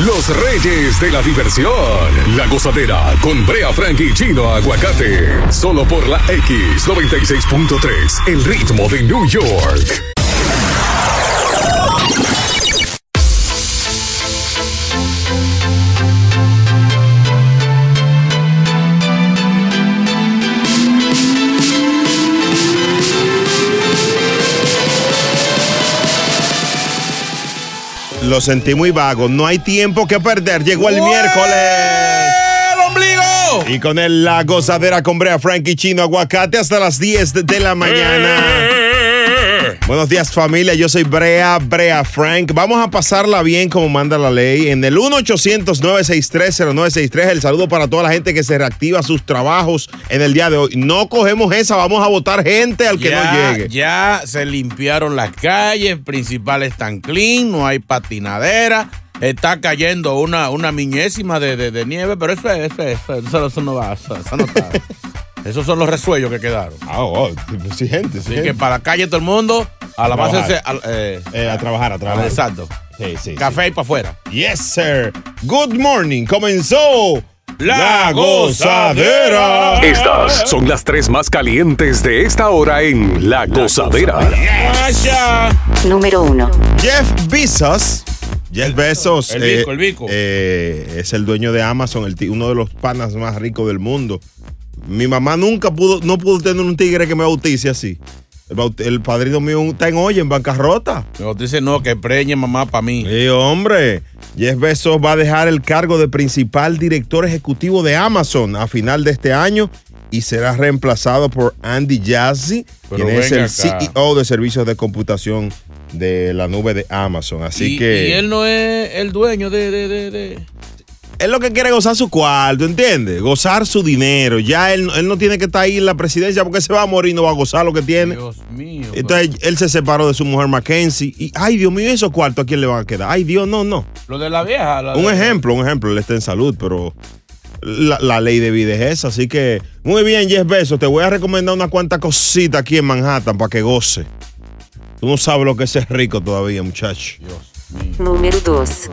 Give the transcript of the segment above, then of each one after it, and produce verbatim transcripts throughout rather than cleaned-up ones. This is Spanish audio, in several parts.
los reyes de la diversión. La Gozadera con Brea Frank y Chino Aguacate. Solo por la X noventa y seis punto tres, el ritmo de New York. Lo sentí muy vago. No hay tiempo que perder. Llegó el ¡Ué! miércoles. ¡El ombligo! Y con él la Gozadera con Brea Frank y Chino Aguacate hasta las diez de la mañana. Buenos días, familia. Yo soy Brea, Brea Frank. Vamos a pasarla bien como manda la ley. En el uno ochocientos nueve seis tres cero nueve seis tres, el saludo para toda la gente que se reactiva sus trabajos en el día de hoy. No cogemos esa, vamos a votar gente al que ya, no llegue. Ya se limpiaron las calles principales, están clean, no hay patinadera. Está cayendo una, una miñésima de, de, de nieve, pero eso es, eso es, eso, eso, eso no va, eso, eso no está. Esos son los resuellos que quedaron. Ah, oh, sí, gente, sí. Así que para la calle todo el mundo, a la base se, a, eh, eh, a trabajar, a trabajar. Exacto. Sí, sí. Café sí. y para afuera. Yes, sir. Good morning. Comenzó La Gozadera. Estas son las tres más calientes de esta hora en La Gozadera. Vaya. Número uno. Jeff Bezos. Jeff Bezos. El eh, bico, el bico. eh, es el dueño de Amazon, el t- uno de los panas más ricos del mundo. Mi mamá nunca pudo, no pudo tener un tigre que me bautice así. El, baut- el padrino mío está en hoy, en bancarrota. Me dice no, que preñe mamá para mí. Sí, hombre. Jeff Bezos va a dejar el cargo de principal director ejecutivo de Amazon a final de este año y será reemplazado por Andy Jassy, Pero quien es venga el C E O de servicios de computación de la nube de Amazon. Así y, que y él no es el dueño de... de, de, de... él lo que quiere es gozar su cuarto, ¿entiendes? Gozar su dinero. Ya él, él no tiene que estar ahí en la presidencia porque se va a morir y no va a gozar lo que tiene. Dios mío. Entonces él se separó de su mujer Mackenzie y, ay, Dios mío, esos cuartos ¿a quién le van a quedar? Ay, Dios, no, no. Lo de la vieja. La Un de... ejemplo, un ejemplo, él está en salud, pero la, la ley de vida es esa. Así que, muy bien, Jeff Bezos, te voy a recomendar una cuanta cosita aquí en Manhattan para que goce. Tú no sabes lo que es ser rico todavía, muchacho. Dios mío. Número dos.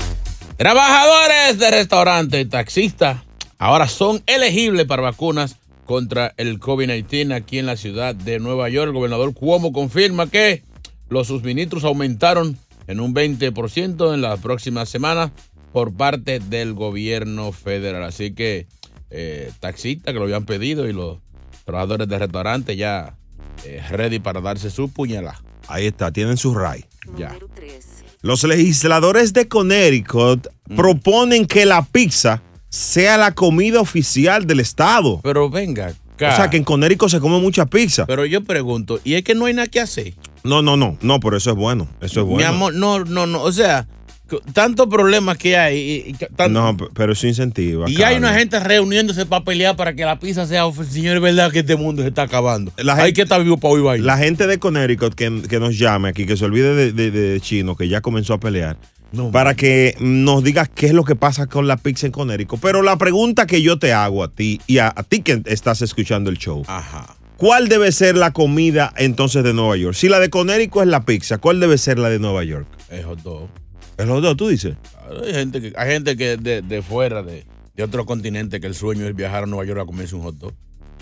Trabajadores de restaurantes y taxistas ahora son elegibles para vacunas contra el COVID diecinueve aquí en la ciudad de Nueva York. El gobernador Cuomo confirma que los suministros aumentaron en un veinte por ciento en las próximas semanas por parte del gobierno federal. Así que eh, taxistas que lo habían pedido y los trabajadores de restaurantes ya eh, ready para darse su puñalada. Ahí está, tienen su ray. Ya. Número tres. Los legisladores de Connecticut mm. proponen que la pizza sea la comida oficial del estado. Pero venga acá. O sea, que en Connecticut se come mucha pizza. Pero yo pregunto, ¿y es que no hay nada que hacer? No, no, no, no, pero eso es bueno, eso es bueno. Mi amor, no, no, no, o sea, tantos problemas que hay. Y, y, tan, no, pero eso incentiva. Y hay una gente reuniéndose para pelear para que la pizza sea oficial. Señor, es verdad que este mundo se está acabando. La hay gente, que estar vivo para hoy bailar. La gente de Connecticut que, que nos llame aquí, que se olvide de, de, de Chino, que ya comenzó a pelear, no, para que nos digas qué es lo que pasa con la pizza en Connecticut. Pero la pregunta que yo te hago a ti y a, a ti que estás escuchando el show. Ajá. ¿Cuál debe ser la comida entonces de Nueva York? Si la de Connecticut es la pizza, ¿cuál debe ser la de Nueva York? Es hot dog. ¿Es hot dog, tú dices? Hay gente que, hay gente que de, de fuera, de, de otro continente, que el sueño es viajar a Nueva York a comerse un hot dog.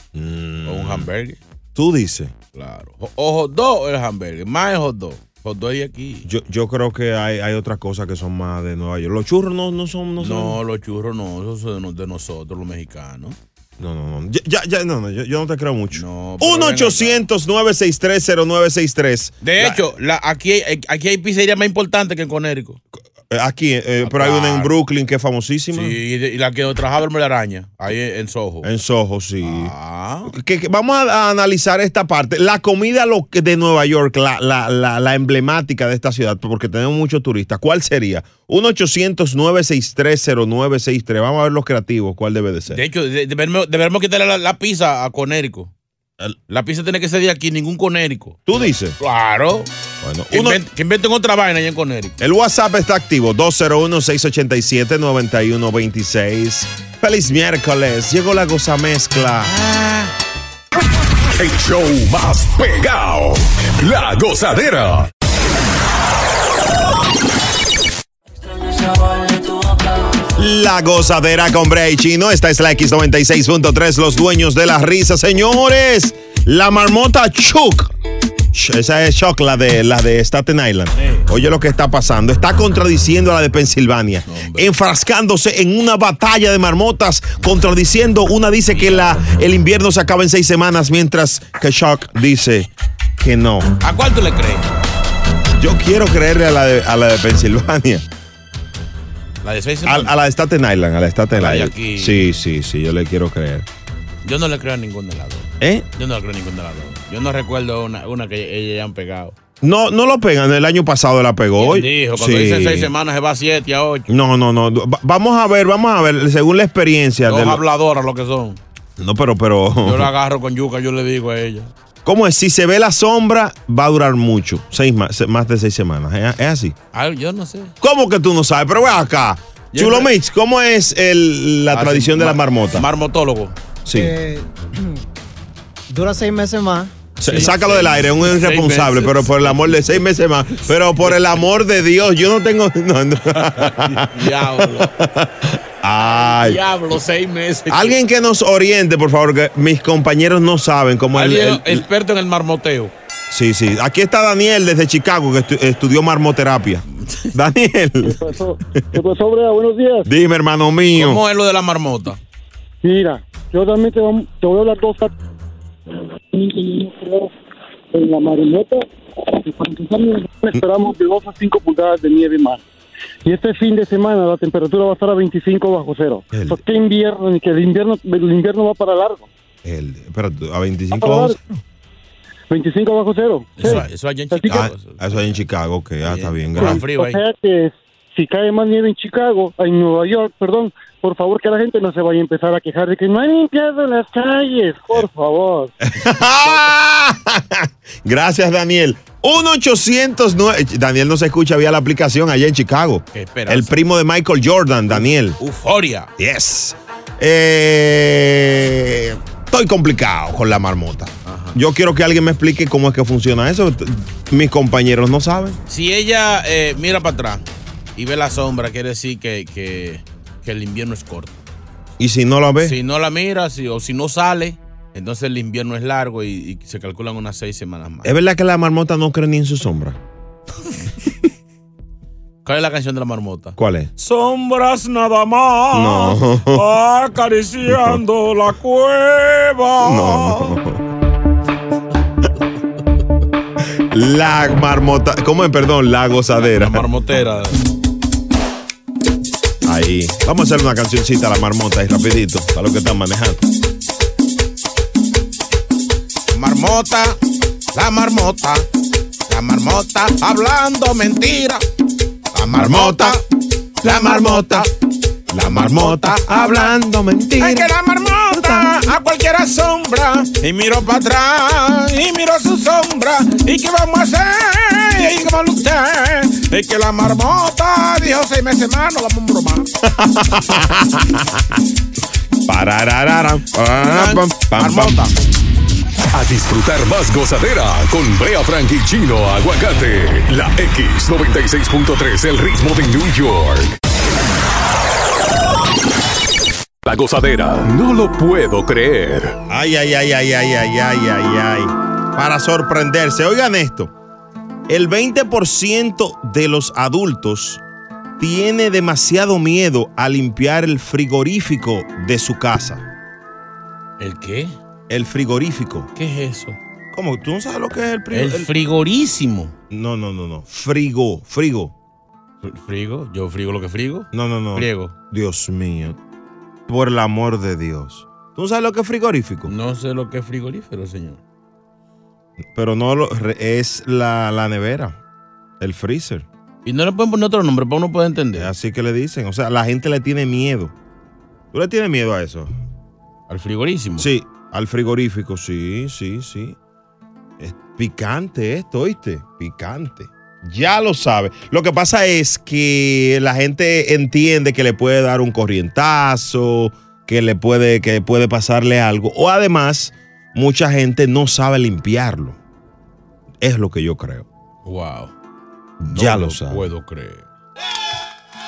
Mm. O un hamburger. ¿Tú dices? Claro. O, o hot dog o el hamburger. Más el hot dog. Hot dog de aquí. Yo, yo creo que hay, hay otras cosas que son más de Nueva York. Los churros no, no son... No, son... no, los churros no. Esos son de nosotros, los mexicanos. No, no, no. Ya, ya, no, no yo, yo no te creo mucho. No, uno ochocientos nueve seis tres cero nueve seis tres. De la, hecho, la, aquí, hay, aquí hay pizzería más importante que en Connecticut. Aquí, eh, ah, pero hay una en Brooklyn que es famosísima. Sí, y la que trabajaba el Araña, ahí en Soho. En Soho, sí. Ah. Que, que vamos a, a analizar esta parte. La comida lo, de Nueva York, la, la, la, la emblemática de esta ciudad, porque tenemos muchos turistas. ¿Cuál sería? uno ochocientos nueve seis tres cero nueve seis tres. Vamos a ver los creativos, ¿cuál debe de ser? De hecho, de, debemos, debemos quitarle la, la pizza a Connecticut. La pizza tiene que ser de aquí, ningún Connecticut. ¿Tú dices? Claro. Bueno, que, uno, inventen, que inventen otra vaina allá en Connecticut. El WhatsApp está activo, dos cero uno, seis ocho siete, nueve uno dos seis. Feliz miércoles, llegó la gozamezcla. Ah. El show más pegado, La Gozadera. Extraño sabor de tu La gozadera con Brea y Chino. Esta es la X noventa y seis punto tres, los dueños de la risa, señores. La marmota Chuck. Esa es Chuck, la de, la de Staten Island. Sí. Oye lo que está pasando. Está contradiciendo a la de Pensilvania. No, enfrascándose en una batalla de marmotas, contradiciendo. Una dice que la, el invierno se acaba en seis semanas, mientras que Chuck dice que no. ¿A cuál tú le crees? Yo quiero creerle a la de, a la de Pensilvania. ¿La de seis semanas? A, a la de Staten Island, a la de Staten La de Island. aquí. Sí, sí, sí, yo le quiero creer. Yo no le creo a ningún de las dos. ¿Eh? Yo no le creo a ningún de las dos. Yo no recuerdo una, una que ellas han pegado. No, no lo pegan. El año pasado la pegó. ¿Quién dijo? Cuando sí. dicen seis semanas se va a siete, a ocho. No, no, no. Va- vamos a ver, vamos a ver, según la experiencia. Dos de lo- habladoras lo que son. No, pero, pero. Yo la agarro con yuca, yo le digo a ella. ¿Cómo es? Si se ve la sombra, va a durar mucho. Seis más, más de seis semanas. ¿Es, es así? Ay, yo no sé. ¿Cómo que tú no sabes? Pero ve acá. Yo Chulo creo- Mix, ¿cómo es el, la Así, tradición de mar- la marmota? Marmotólogo. Sí. Eh, dura seis meses más. Se- sí, sácalo seis del aire, es un meses. irresponsable, Seis pero meses. por el amor de seis meses más. Pero por el amor de Dios, yo no tengo. No, no. Diablo. Ay. Diablo, seis meses. Alguien que nos oriente, por favor, que mis compañeros no saben cómo es el, Alguien el- el- experto en el marmoteo. Sí, sí. Aquí está Daniel desde Chicago, que estu- estudió marmoterapia. Daniel. ¿Qué pasó? ¿Qué pasó, Brea? Buenos días. Dime, hermano mío. ¿Cómo es lo de la marmota? Mira, yo también te, vam- te voy a hablar dos cosas. Yo creo en la marmota, que para empezar, esperamos de dos a cinco pulgadas de nieve más. Y este fin de semana la temperatura va a estar a veinticinco bajo cero. El- Entonces, ¿qué invierno? Ni que el invierno, el invierno va para largo. El, espérate, a veinticinco. Va para once. largo. veinticinco bajo cero. Eso, Sí. eso allá en Así que- Chicago. Ah, eso ahí en Chicago, ok, ah, está bien, Con gracias. frío O ahí. sea que si cae más nieve en Chicago, en Nueva York, perdón, por favor que la gente no se vaya a empezar a quejar de que no hay limpiado las calles, por favor. Gracias, Daniel. uno ochocientos nueve. Daniel no se escucha vía la aplicación allá en Chicago. Qué esperanza. El primo de Michael Jordan, Daniel. Euforia. Yes. Eh, estoy complicado con la marmota. Ajá. Yo quiero que alguien me explique cómo es que funciona eso. T- Mis compañeros no saben. Si ella eh, mira para atrás y ve la sombra, quiere decir que, que, que el invierno es corto. Y si no la ve, Si no la mira si, o si no sale, entonces el invierno es largo y, y se calculan unas seis semanas más. es verdad que la marmota no cree ni en su sombra. ¿Cuál es la canción de la marmota? ¿Cuál es? Sombras nada más. No. Acariciando la cueva. No, no. La marmota, ¿cómo es? Perdón, la gozadera. La marmotera. Ahí. Vamos a hacer una cancioncita a la marmota ahí rapidito, para los que están manejando. Marmota, la marmota, la marmota hablando mentira. La marmota, la marmota, La marmota hablando mentira. es que la marmota a cualquier sombra y miro para atrás y miro su sombra y qué vamos a hacer y qué va a luchar. Es que la marmota dijo seis meses más, no vamos a bromar. Pararararam, pam, pam, pam, Marmota. A disfrutar más gozadera con Brea Frank y Chino Aguacate. La X noventa y seis punto tres, el ritmo de New York. La gozadera, no lo puedo creer. Ay, ay, ay, ay, ay, ay, ay, ay, ay. Para sorprenderse, oigan esto. El veinte por ciento de los adultos tiene demasiado miedo a limpiar el frigorífico de su casa. ¿El qué? El frigorífico. ¿Qué es eso? ¿Cómo? ¿Tú no sabes lo que es el El frigorífico? frigorísimo. No, no, no, no. Frigo, frigo. ¿Frigo? ¿Yo frigo lo que frigo? No, no, no. Friego. Dios mío. Por el amor de Dios. ¿Tú no sabes lo que es frigorífico? No sé lo que es frigorífero, señor. Pero no lo, re- es la, la nevera. El freezer. Y no le pueden poner otro nombre para uno poder entender. Así que le dicen. O sea, la gente le tiene miedo. ¿Tú le tienes miedo a eso? Al frigorísimo. Sí, al frigorífico. Sí, sí, sí. Es picante esto, ¿oíste? Picante. Ya lo sabe. Lo que pasa es que la gente entiende que le puede dar un corrientazo, que le puede, que puede pasarle algo. O además, mucha gente no sabe limpiarlo. Es lo que yo creo. Wow. Ya No lo sabe. puedo creer.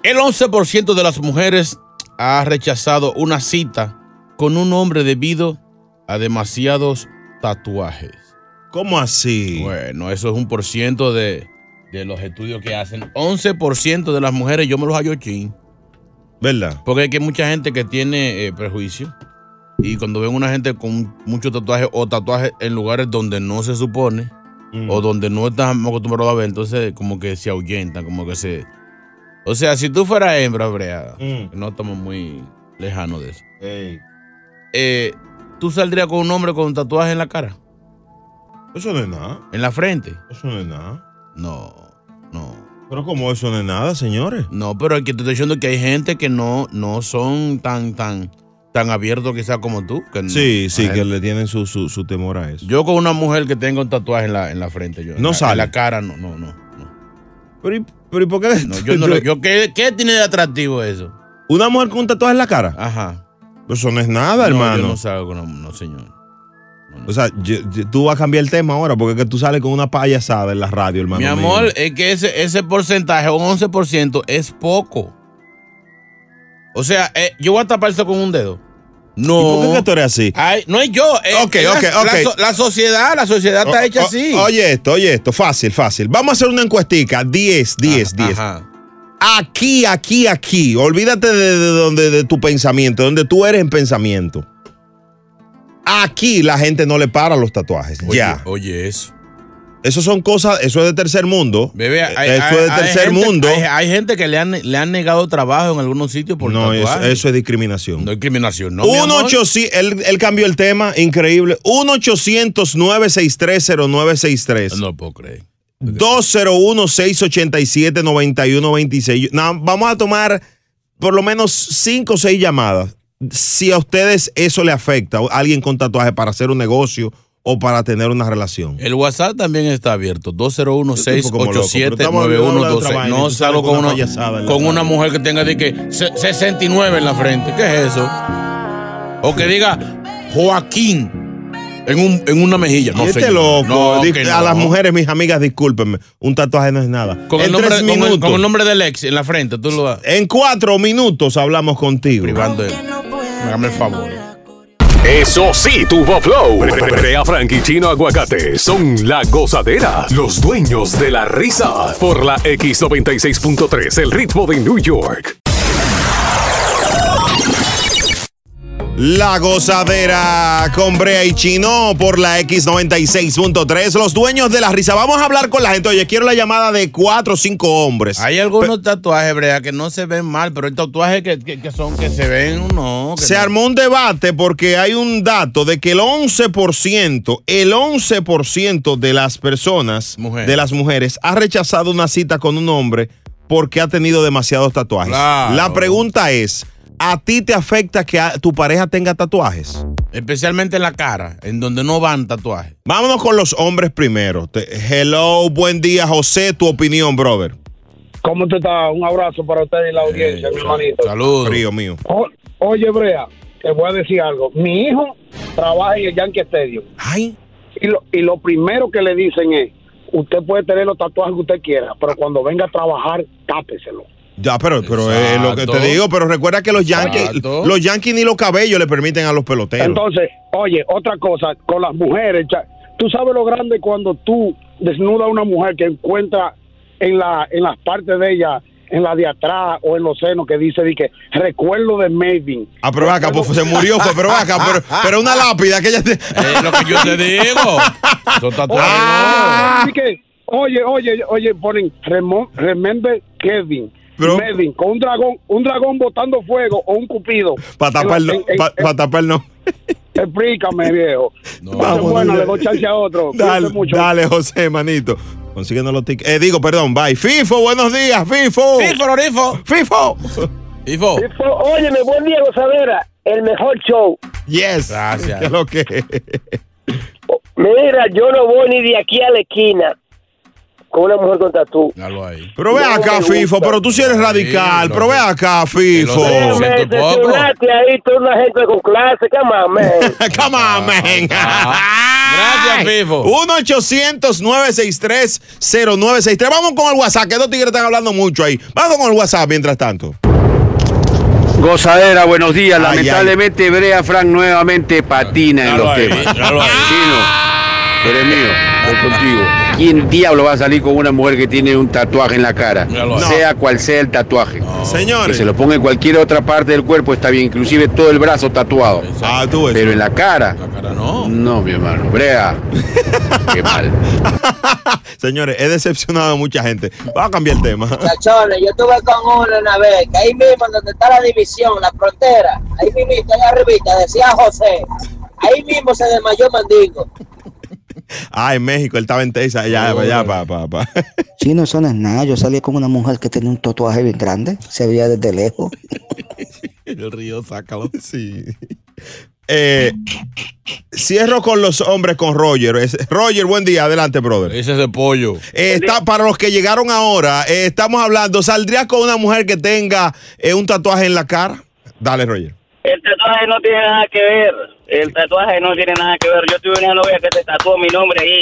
El once por ciento de las mujeres ha rechazado una cita con un hombre debido a demasiados tatuajes. ¿Cómo así? Bueno, eso es un por ciento de, de los estudios que hacen. once por ciento de las mujeres, yo me los hallo chin. ¿Verdad? Porque hay que mucha gente que tiene eh, prejuicio. Y cuando ven una gente con muchos tatuajes o tatuajes en lugares donde no se supone mm. o donde no están acostumbrados a ver, entonces como que se ahuyentan, como que se... O sea, si tú fueras hembra, Brea, mm. no estamos muy lejanos de eso. Hey. Eh, ¿Tú saldrías con un hombre con un tatuaje en la cara? Eso no es nada. ¿En la frente? Eso no es nada. No, no. Pero ¿cómo eso no es nada, señores? No, pero aquí te estoy diciendo que hay gente que no, no son tan, tan, tan abiertos quizás como tú. Que sí, no, sí, que le tienen su, su, su temor a eso. Yo con una mujer que tenga un tatuaje en la, en la frente, yo. No en sale. La, en la cara, no, no, no. no. Pero, ¿y, pero ¿y por qué? No, yo no, yo, ¿qué, ¿Qué tiene de atractivo eso? ¿Una mujer con un tatuaje en la cara? Ajá. Eso no es nada, no, hermano. Yo no salgo con una, no, señor. No, no. O sea, yo, yo, tú vas a cambiar el tema ahora porque es que tú sales con una payasada en la radio, hermano. Mi amor, mío. es que ese, ese porcentaje, un once por ciento, es poco. O sea, eh, yo voy a tapar eso con un dedo. No. ¿Y por qué que tú eres así? Ay, no es yo. Eh, Ok, es ok, la, ok. La, la sociedad, la sociedad está o, hecha o, así. Oye esto, oye esto, fácil, fácil. Vamos a hacer una encuestica, diez, diez, diez. Ajá. Aquí, aquí, aquí. Olvídate de, de, donde, de tu pensamiento, donde tú eres en pensamiento. Aquí la gente no le para los tatuajes. Oye, ya. Oye, eso. Eso son cosas, eso es de tercer mundo. Bebé, hay, eso hay, es de tercer hay gente, mundo. Hay, hay gente que le han, le han negado trabajo en algunos sitios por No, eso, tatuajes. eso es discriminación. No es discriminación, ¿no? uno ochocientos, él, él cambió el tema, increíble. uno ochocientos, nueve seis tres, cero nueve seis tres. No lo puedo creer. dos cero uno, seis ocho siete, nueve uno dos seis. No, vamos a tomar por lo menos cinco o seis llamadas. Si a ustedes eso le afecta, a alguien con tatuaje para hacer un negocio o para tener una relación. El WhatsApp también está abierto. dos cero uno, seis ocho siete, nueve uno dos seis. No salgo con una, con una mujer que tenga de que sesenta y nueve en la frente. ¿Qué es eso? O que diga Joaquín en, un, en una mejilla. No este sé. loco. No, Di- que a no. las mujeres, mis amigas, discúlpenme. Un tatuaje no es nada. Con el, en nombre, tres con, el, minutos. con el nombre del ex en la frente. Tú lo das. En cuatro minutos hablamos contigo. Privando de él. Hágame el favor. Eso sí, tuvo flow. Brea Frank y Chino Aguacate son la gozadera, los dueños de la risa. Por la X noventa y seis punto tres, el ritmo de New York. La gozadera con Brea y Chino por la X noventa y seis punto tres, los dueños de la risa. Vamos a hablar con la gente. Oye, quiero la llamada de cuatro o cinco hombres. Hay algunos Pe tatuajes, Brea, que no se ven mal, pero hay tatuajes que, que, que son que se ven, no. Que se no. armó un debate porque hay un dato de que el once por ciento, el once por ciento de las personas, Mujer. de las mujeres, ha rechazado una cita con un hombre porque ha tenido demasiados tatuajes. Claro. La pregunta es, ¿a ti te afecta que a tu pareja tenga tatuajes? Especialmente en la cara, en donde no van tatuajes. Vámonos con los hombres primero. Te- Hello, buen día, José. Tu opinión, brother. ¿Cómo te está? Un abrazo para usted y la audiencia, Eh, mi hermanito. Saludos. Frío mío. O- oye, Brea, te voy a decir algo. Mi hijo trabaja en el Yankee Stadium Ay. y lo, y lo primero que le dicen es, usted puede tener los tatuajes que usted quiera, pero cuando venga a trabajar, tápeselo. Ya, pero, pero es lo que Exacto. te digo, pero recuerda que los Yankees, Exacto. los Yankees ni los cabellos le permiten a los peloteros. Entonces, oye, otra cosa, con las mujeres, cha- tú sabes lo grande cuando tú desnudas a una mujer que encuentra en la en las partes de ella, en la de atrás o en los senos, que dice, di que recuerdo de Maven. Ah, pero acá, pues se murió, fue, pero acá, pero, pero una lápida que ella te... Es lo que yo te digo. Son tatuajes. Ah. Así que, oye, oye, oye, ponen Remo- Remember Kevin. Pero- Maven, con un dragón, un dragón botando fuego o un cupido. Para tapar, En la- en- en- pa, pa tapar no. Explícame, viejo. No. Entonces, Vamos, bueno, dale. le doy chance a otro. Dale, Cuídate mucho. dale, José, manito. Consíguenos los tickets. Eh, digo, perdón, bye. FIFO, buenos días, FIFO. Fifo, Lorifo. FIFO. Fifo. Óyeme, buen día, gozadera. El mejor show. Yes. Gracias. ¿Qué es lo que? Mira, yo no voy ni de aquí a la esquina con una mujer con tatú. Dalo ahí. Pero ve No acá, me FIFO, gusta. pero tú sí eres radical. Sí, Pero lo ve sé. acá, FIFO. Lo sé, lo Me siento poco. decepcionaste ahí, tú una gente con clase, come on, man. Come on, man. Ah. Gracias, Fifo. uno ochocientos nueve seis tres cero nueve seis tres. Vamos con el WhatsApp, que dos tigres están hablando mucho ahí. Vamos con el WhatsApp mientras tanto. Gozadera, buenos días. Ay, Lamentablemente, ay. Brea Frank nuevamente patina en los temas. Chino, tú eres mío, voy contigo. ¿Quién diablo va a salir con una mujer que tiene un tatuaje en la cara? No. Sea cual sea el tatuaje. No. Señores. Que se lo ponga en cualquier otra parte del cuerpo está bien, inclusive todo el brazo tatuado. Ah, tú Pero en la cara. La cara no. No, mi hermano. Brea. Qué mal. Señores, he decepcionado a mucha gente. Vamos a cambiar el tema. Chachones, yo estuve con uno una vez, que ahí mismo donde está la división, la frontera, ahí mismo, allá arribita, decía José, ahí mismo se desmayó Mandingo. Ah, en México, él estaba en Texas, allá, oh, allá, pa, pa, pa. Chino, eso no es nada. Yo salí con una mujer que tenía un tatuaje bien grande, se veía desde lejos. El río, sácalo. Sí. Eh, cierro con los hombres con Roger. Roger, buen día, adelante, brother. Ese es de pollo. Eh, está, para los que llegaron ahora, eh, estamos hablando, ¿saldrías con una mujer que tenga eh, un tatuaje en la cara? Dale, Roger. El tatuaje no tiene nada que ver. El tatuaje no tiene nada que ver. Yo tuve una novia que te tatuó mi nombre ahí.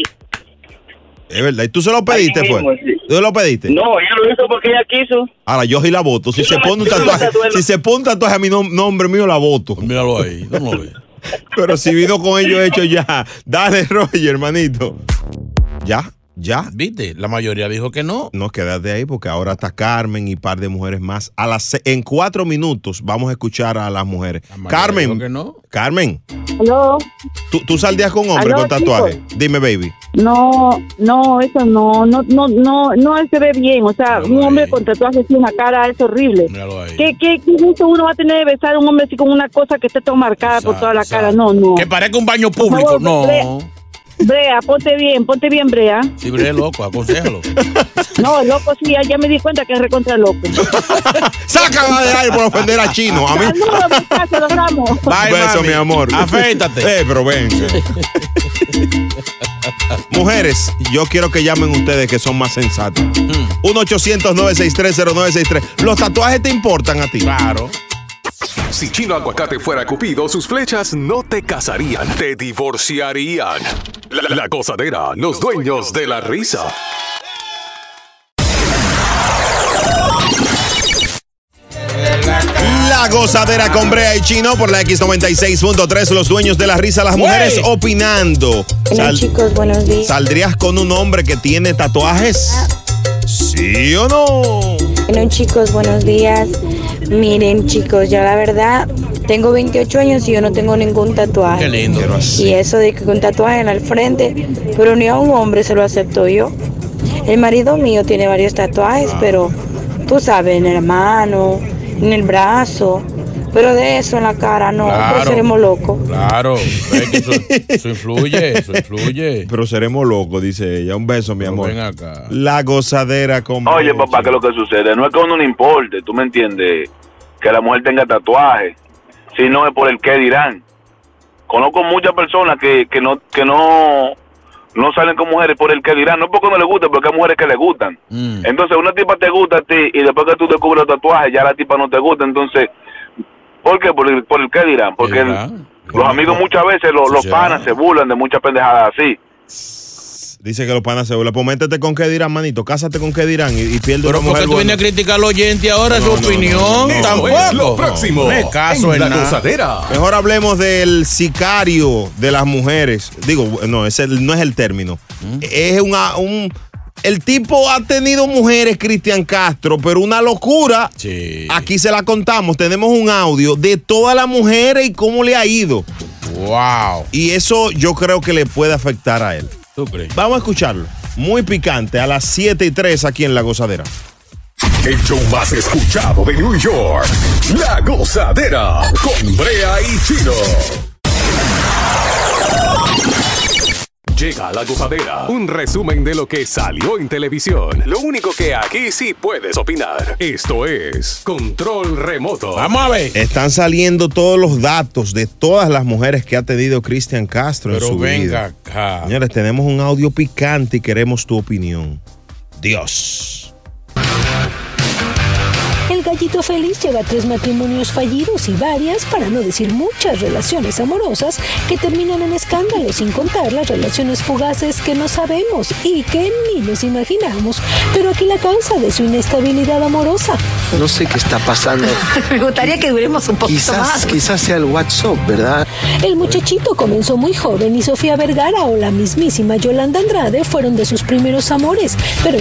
Es verdad. ¿Y tú se lo pediste, mismo, pues? Sí. ¿Tú se lo pediste? No, ella lo hizo porque ella quiso. Ahora, yo sí la voto. Si yo se no pone me, un tatuaje, si se pone un tatuaje a mi nom- nombre mío, la voto. Míralo ahí. No lo ve. Pero si vino con ellos hecho ya. Dale, Roger, hermanito. ¿Ya? ¿Ya? ¿Viste? La mayoría dijo que no. No, quédate ahí porque ahora está Carmen y par de mujeres más. A las se- en cuatro minutos vamos a escuchar a las mujeres. Carmen. Dijo que no. Carmen. ¿Aló? ¿Tú, tú saldrías con hombre ¿Aló, con tatuaje? chicos? Dime, baby. No, no, eso no, no, no, no, no se ve bien. O sea, Míralo un hombre ahí. con tatuaje así en la cara es horrible. Míralo ahí. ¿Qué, qué, qué gusto uno va a tener de besar a un hombre así con una cosa que esté todo marcada por toda la Exacto. cara? No, no. Que parezca un baño público. Por favor, Brea, No. Brea, ponte bien, ponte bien, Brea. Sí, Brea, loco, aconsejalo. No, loco, sí, ya, ya me di cuenta que es recontra loco. Sácala de ahí por ofender a Chino. A mí. Saludos, muchachos, los amo. Bye, Un beso, mami. mi amor. Afeítate. Eh, pero ven. Mujeres, yo quiero que llamen ustedes que son más sensatos. uno ochocientos nueve seis tres cero nueve seis tres. ¿Los tatuajes te importan a ti? Claro. Si Chino Aguacate fuera Cupido, sus flechas no te casarían, te divorciarían. La, la gozadera, los dueños de la risa. La gozadera con Brea y Chino por la X noventa y seis punto tres. Los dueños de la risa, las mujeres Wey. opinando. Hola, Sal- chicos, buenos días. ¿Saldrías con un hombre que tiene tatuajes? ¿Sí o no? Bueno, chicos, buenos días. Miren, chicos, yo la verdad tengo veintiocho años y yo no tengo ningún tatuaje. Qué lindo. Pero así. Y eso de que con tatuaje en el frente, pero ni a un hombre se lo acepto yo. El marido mío tiene varios tatuajes, pero tú sabes, en la mano, en el brazo, pero de eso en la cara no, Claro. pues seremos locos. Claro. Es que eso, eso influye, eso influye. Pero seremos locos, dice ella. Un beso, mi Pero amor. ven acá. La gozadera con Oye, Brea y papá, ¿qué es Chino. lo que sucede? No es que a uno no importe, tú me entiendes, que la mujer tenga tatuaje, sino es por el qué dirán. Conozco muchas personas que, que no que no no salen con mujeres por el que dirán, no porque no les guste, porque hay mujeres que les gustan. Mm. Entonces, una tipa te gusta a ti y después que tú descubres el tatuaje, ya la tipa no te gusta. Entonces, ¿por qué? Por el, por el que dirán. Porque el- los amigos muchas veces, los, los panas se burlan de muchas pendejadas así. Dice que los panas se burlan. Pues métete con qué dirán, manito. Cásate con qué dirán y, y pierde Pero una ¿por qué mujer tú buena. vienes a criticar al oyente ahora No, su no, no, opinión? no, no. Tampoco. Eso es lo próximo. Me caso en en la nada. gozadera. Mejor hablemos del sicario de las mujeres. Digo, no, ese no es el término. Es una, un... El tipo ha tenido mujeres, Cristian Castro, pero una locura. Sí. Aquí se la contamos. Tenemos un audio de todas las mujeres y cómo le ha ido. Wow. Y eso yo creo que le puede afectar a él. ¿Tú crees? Vamos a escucharlo. Muy picante, a las siete y tres aquí en La Gozadera. El show más escuchado de New York. La gozadera con Brea y Chino. Llega La Gozadera, un resumen de lo que salió en televisión. Lo único que aquí sí puedes opinar. Esto es Control Remoto. Vamos a ver. Están saliendo todos los datos de todas las mujeres que ha tenido Cristian Castro Pero en su venga vida. acá. Señores, tenemos un audio picante y queremos tu opinión. Dios. El gallito feliz lleva tres matrimonios fallidos y varias, para no decir muchas, relaciones amorosas que terminan en escándalos, sin contar las relaciones fugaces que no sabemos y que ni nos imaginamos. Pero aquí la causa de su inestabilidad amorosa. No sé qué está pasando. Me gustaría que duremos un poquito quizás, más. Quizás sea el WhatsApp, ¿verdad? El muchachito comenzó muy joven y Sofía Vergara o la mismísima Yolanda Andrade fueron de sus primeros amores, pero...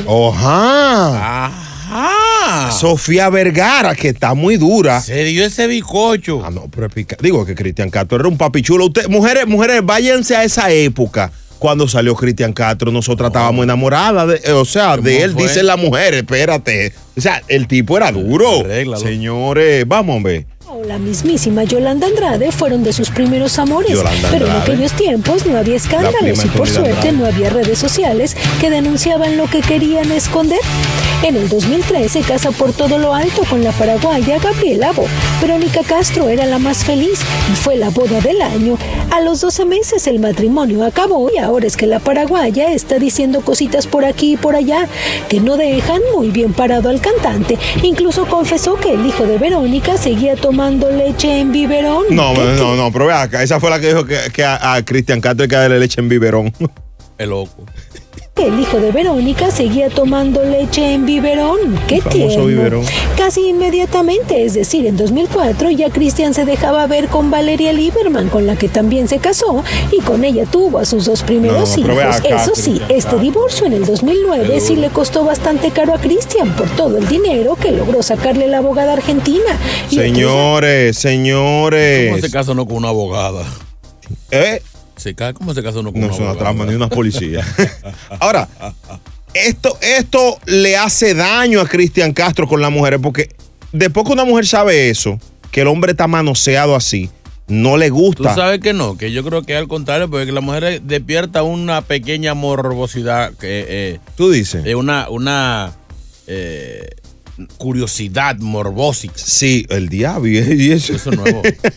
¡Oja! ¡Ajá! Sofía Vergara, que está muy dura. Se dio ese bicocho. Ah, no, pero pica. Digo que Cristian Castro era un papichulo. Usted, mujeres, mujeres, váyanse a esa época. Cuando salió Cristian Castro, nosotras estábamos enamoradas, de, o sea, de él, fue? Dicen las mujeres, espérate. O sea, el tipo era duro. Arréglalo. Señores, vamos a ver. La mismísima Yolanda Andrade fueron de sus primeros amores, Yolanda pero en aquellos tiempos no había escándalos y por suerte no había redes sociales que denunciaban lo que querían esconder. En el dos mil tres se casa por todo lo alto con la paraguaya Gabriela Bo. Verónica Castro era la más feliz y fue la boda del año. A los doce meses el matrimonio acabó y ahora es que la paraguaya está diciendo cositas por aquí y por allá que no dejan muy bien parado al cantante. Incluso confesó que el hijo de Verónica seguía tomando leche en biberón. No, no, no, pero ve acá, esa fue la que dijo que, que a, a Cristian Castro hay que darle leche en biberón. El loco. El hijo de Verónica seguía tomando leche en biberón. ¡Qué tierno! Biberón. Casi inmediatamente, es decir, en dos mil cuatro, ya Cristian se dejaba ver con Valeria Lieberman, con la que también se casó, y con ella tuvo a sus dos primeros no, hijos. Acá, Eso sí, Cristian, este divorcio en el dos mil nueve sí le costó bastante caro a Cristian por todo el dinero que logró sacarle la abogada argentina. Y señores, señores. ¿Cómo se casó no con una abogada? ¿Eh? Se cae, ¿Cómo se casó uno con no una es una abogada? trama ni una policía. Ahora, esto, esto le hace daño a Cristian Castro con las mujeres, porque después que una mujer sabe eso, que el hombre está manoseado así, no le gusta. Tú sabes que no, que yo creo que es al contrario, porque la mujer despierta una pequeña morbosidad. Que, eh, ¿Tú dices? Eh, una una eh, curiosidad morbósica. Sí, el diablo. Y eso. Eso es nuevo.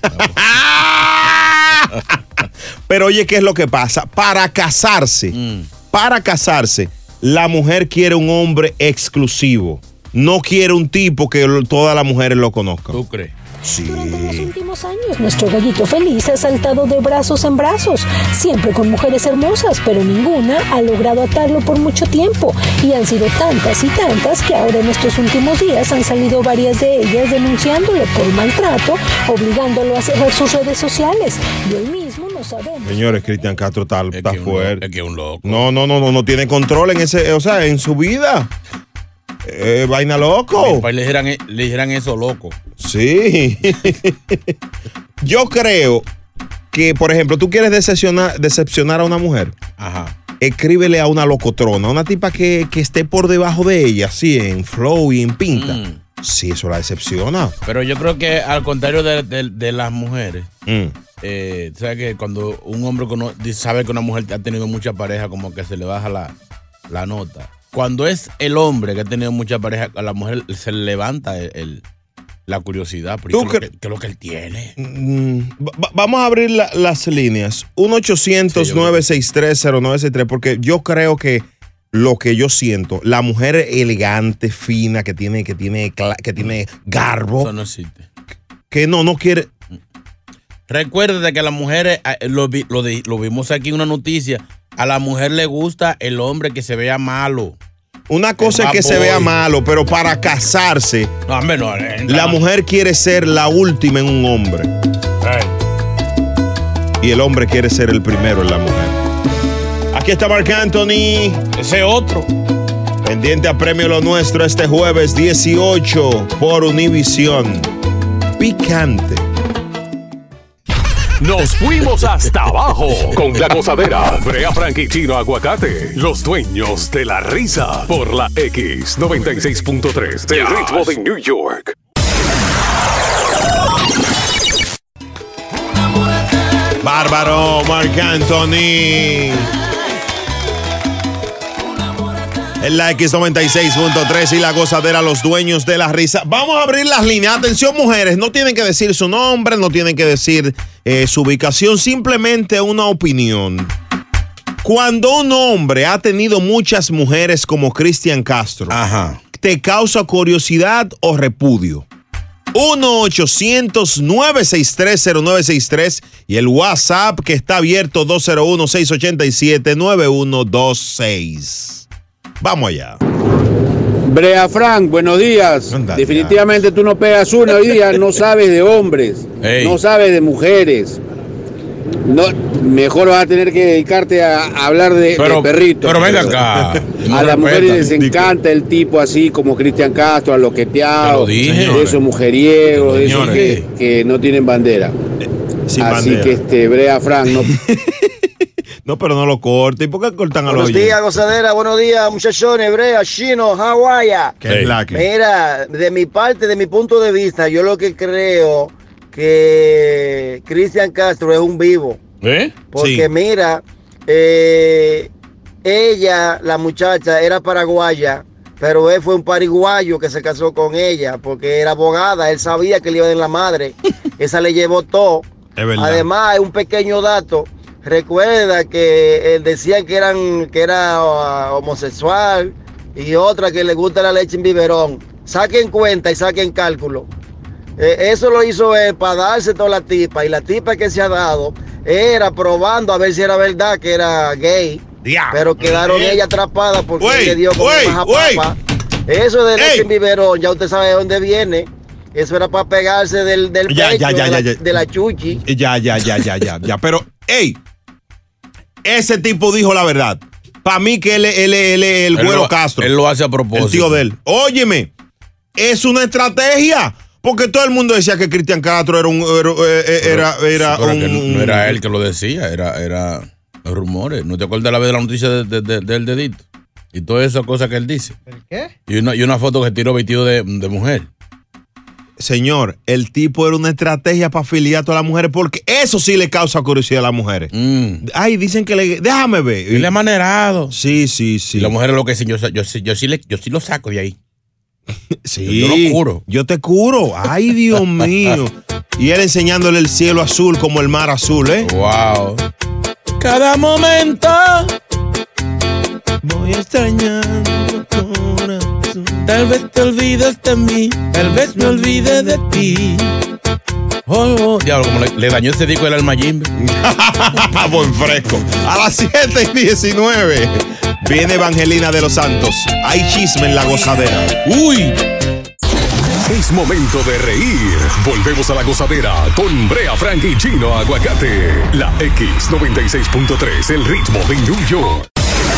Pero oye, ¿qué es lo que pasa? Para casarse, mm. para casarse, la mujer quiere un hombre exclusivo. No quiere un tipo que todas las mujeres lo conozcan. ¿Tú crees? Sí. Durante los últimos años, nuestro gallito feliz ha saltado de brazos en brazos, siempre con mujeres hermosas, pero ninguna ha logrado atarlo por mucho tiempo. Y han sido tantas y tantas que ahora en estos últimos días han salido varias de ellas denunciándolo por maltrato, obligándolo a cerrar sus redes sociales. Y hoy mismo no sabemos. Señores, Cristian Castro está, está es fuerte. Es que un loco. No, no, no, no, no tiene control en ese, o sea, en su vida. Eh, vaina loco. Le dijeran, le dijeran eso loco. Sí. Yo creo que, por ejemplo, tú quieres decepcionar, decepcionar a una mujer. Ajá. Escríbele a una locotrona, una tipa que, que esté por debajo de ella, sí, en flow y en pinta. Mm. Sí, eso la decepciona. Pero yo creo que al contrario de, de, de las mujeres, mm. eh, ¿sabes que cuando un hombre cono- sabe que una mujer ha tenido mucha pareja, como que se le baja la, la nota? Cuando es el hombre que ha tenido mucha pareja, a la mujer se le levanta el, el, la curiosidad. ¿Qué, cre- que, ¿Qué es lo que él tiene? Mm, va- vamos a abrir la, las líneas. uno ochocientos, nueve seis tres, cero nueve seis tres, porque yo creo que lo que yo siento, la mujer elegante, fina, que tiene, que tiene, que tiene garbo. Eso no existe. Que no, no quiere. Recuérdate que a las mujeres, lo, lo, lo vimos aquí en una noticia, a la mujer le gusta el hombre que se vea malo. Una cosa es que se vea malo, pero para casarse, no, hombre, no, eh, la mujer quiere ser la última en un hombre. Hey. Y el hombre quiere ser el primero en la mujer. Aquí está Marc Anthony. Ese otro. Pendiente a Premio Lo Nuestro este jueves dieciocho por Univisión. Picante. Nos fuimos hasta abajo con la gozadera. Brea Frank y Chino Aguacate, los dueños de la risa. Por la X noventa y seis punto tres del ritmo de New York. Bárbaro, Marc Anthony. En la X noventa y seis punto tres y la gozadera, los dueños de la risa. Vamos a abrir las líneas. Atención, mujeres, no tienen que decir su nombre, no tienen que decir eh, su ubicación, simplemente una opinión. Cuando un hombre ha tenido muchas mujeres como Cristian Castro, Ajá. te causa curiosidad o repudio. uno ochocientos nueve seis tres cero nueve seis tres y el WhatsApp que está abierto dos cero uno seis ocho siete nueve uno dos seis. Vamos allá. Brea Frank, buenos días. Anda, Definitivamente tú no pegas una hoy día, no sabes de hombres, Ey. no sabes de mujeres. No, mejor vas a tener que dedicarte a, a hablar de, Pero- de perritos. pero venga acá. A las No mujeres les respeta. encanta el tipo así como Cristian Castro, a loqueteado, Te lo dije. de esos mujeriegos, de esos Señores. que, que no tienen bandera. Sin así bandera. que este Brea Frank no. No, pero no lo corte. ¿Y por qué cortan a los Buenos días, gozadera. Buenos días, muchachones, Brea, Chino, Hawái. ¿Qué es la que? Mira, de mi parte, de mi punto de vista, yo lo que creo que Cristian Castro es un vivo. ¿Eh? Porque Sí. mira, eh, ella, la muchacha, era paraguaya, pero él fue un pariguayo que se casó con ella porque era abogada. Él sabía que le iba a dar la madre. Esa le llevó todo. Es verdad. Además, hay un pequeño dato. Recuerda que eh, decían que eran que era uh, homosexual y otra que le gusta la leche en biberón. Saquen cuenta y saquen cálculo. Eh, eso lo hizo él para darse toda la tipa, y la tipa que se ha dado era probando a ver si era verdad que era gay. Diablo. Pero quedaron ella atrapada porque Güey, él le dio como güey, más a güey. papa. Eso de leche Ey. en biberón, ya usted sabe de dónde viene. Eso era para pegarse del, del Ya, pecho ya, ya, de, la, ya, ya. de la chuchi. Ya, ya, ya, ya, ya, ya. Pero, hey, ese tipo dijo la verdad. Para mí que él es él, él, él, el Él güero lo- Castro. él lo hace a propósito. El tío de él. Óyeme, es una estrategia. Porque todo el mundo decía que Cristian Castro era un era, era, era Sí, pero un, que no era él que lo decía, era, era rumores. ¿No te acuerdas la vez de la noticia de- de- de- del dedito? Y todas esas cosas que él dice. ¿Qué? Y una, y una foto que tiró vestido de, de mujer. Señor, el tipo era una estrategia para afiliar a todas las mujeres, porque eso sí le causa curiosidad a las mujeres. Mm. Ay, dicen que le. Déjame ver. Y le ha manerado. Sí, sí, sí. Y las mujeres lo que dicen, yo, yo, yo, yo, sí le- yo sí lo saco de ahí. Sí. Yo lo curo. Yo te curo. Ay, Dios mío. Y él enseñándole el cielo azul como el mar azul, ¿eh? Wow. Cada momento voy extrañando tu corazón. Tal vez te olvides de mí, tal vez me olvide de ti. Oh, oh. Diablo, como le, le dañó ese disco del alma Jimbe. Buen fresco. A las siete y diecinueve viene Evangelina de los Santos. Hay chisme en la gozadera. Uy. Es momento de reír. Volvemos a la gozadera con Brea Frank y Chino Aguacate. La X noventa y seis punto tres, el ritmo de New York.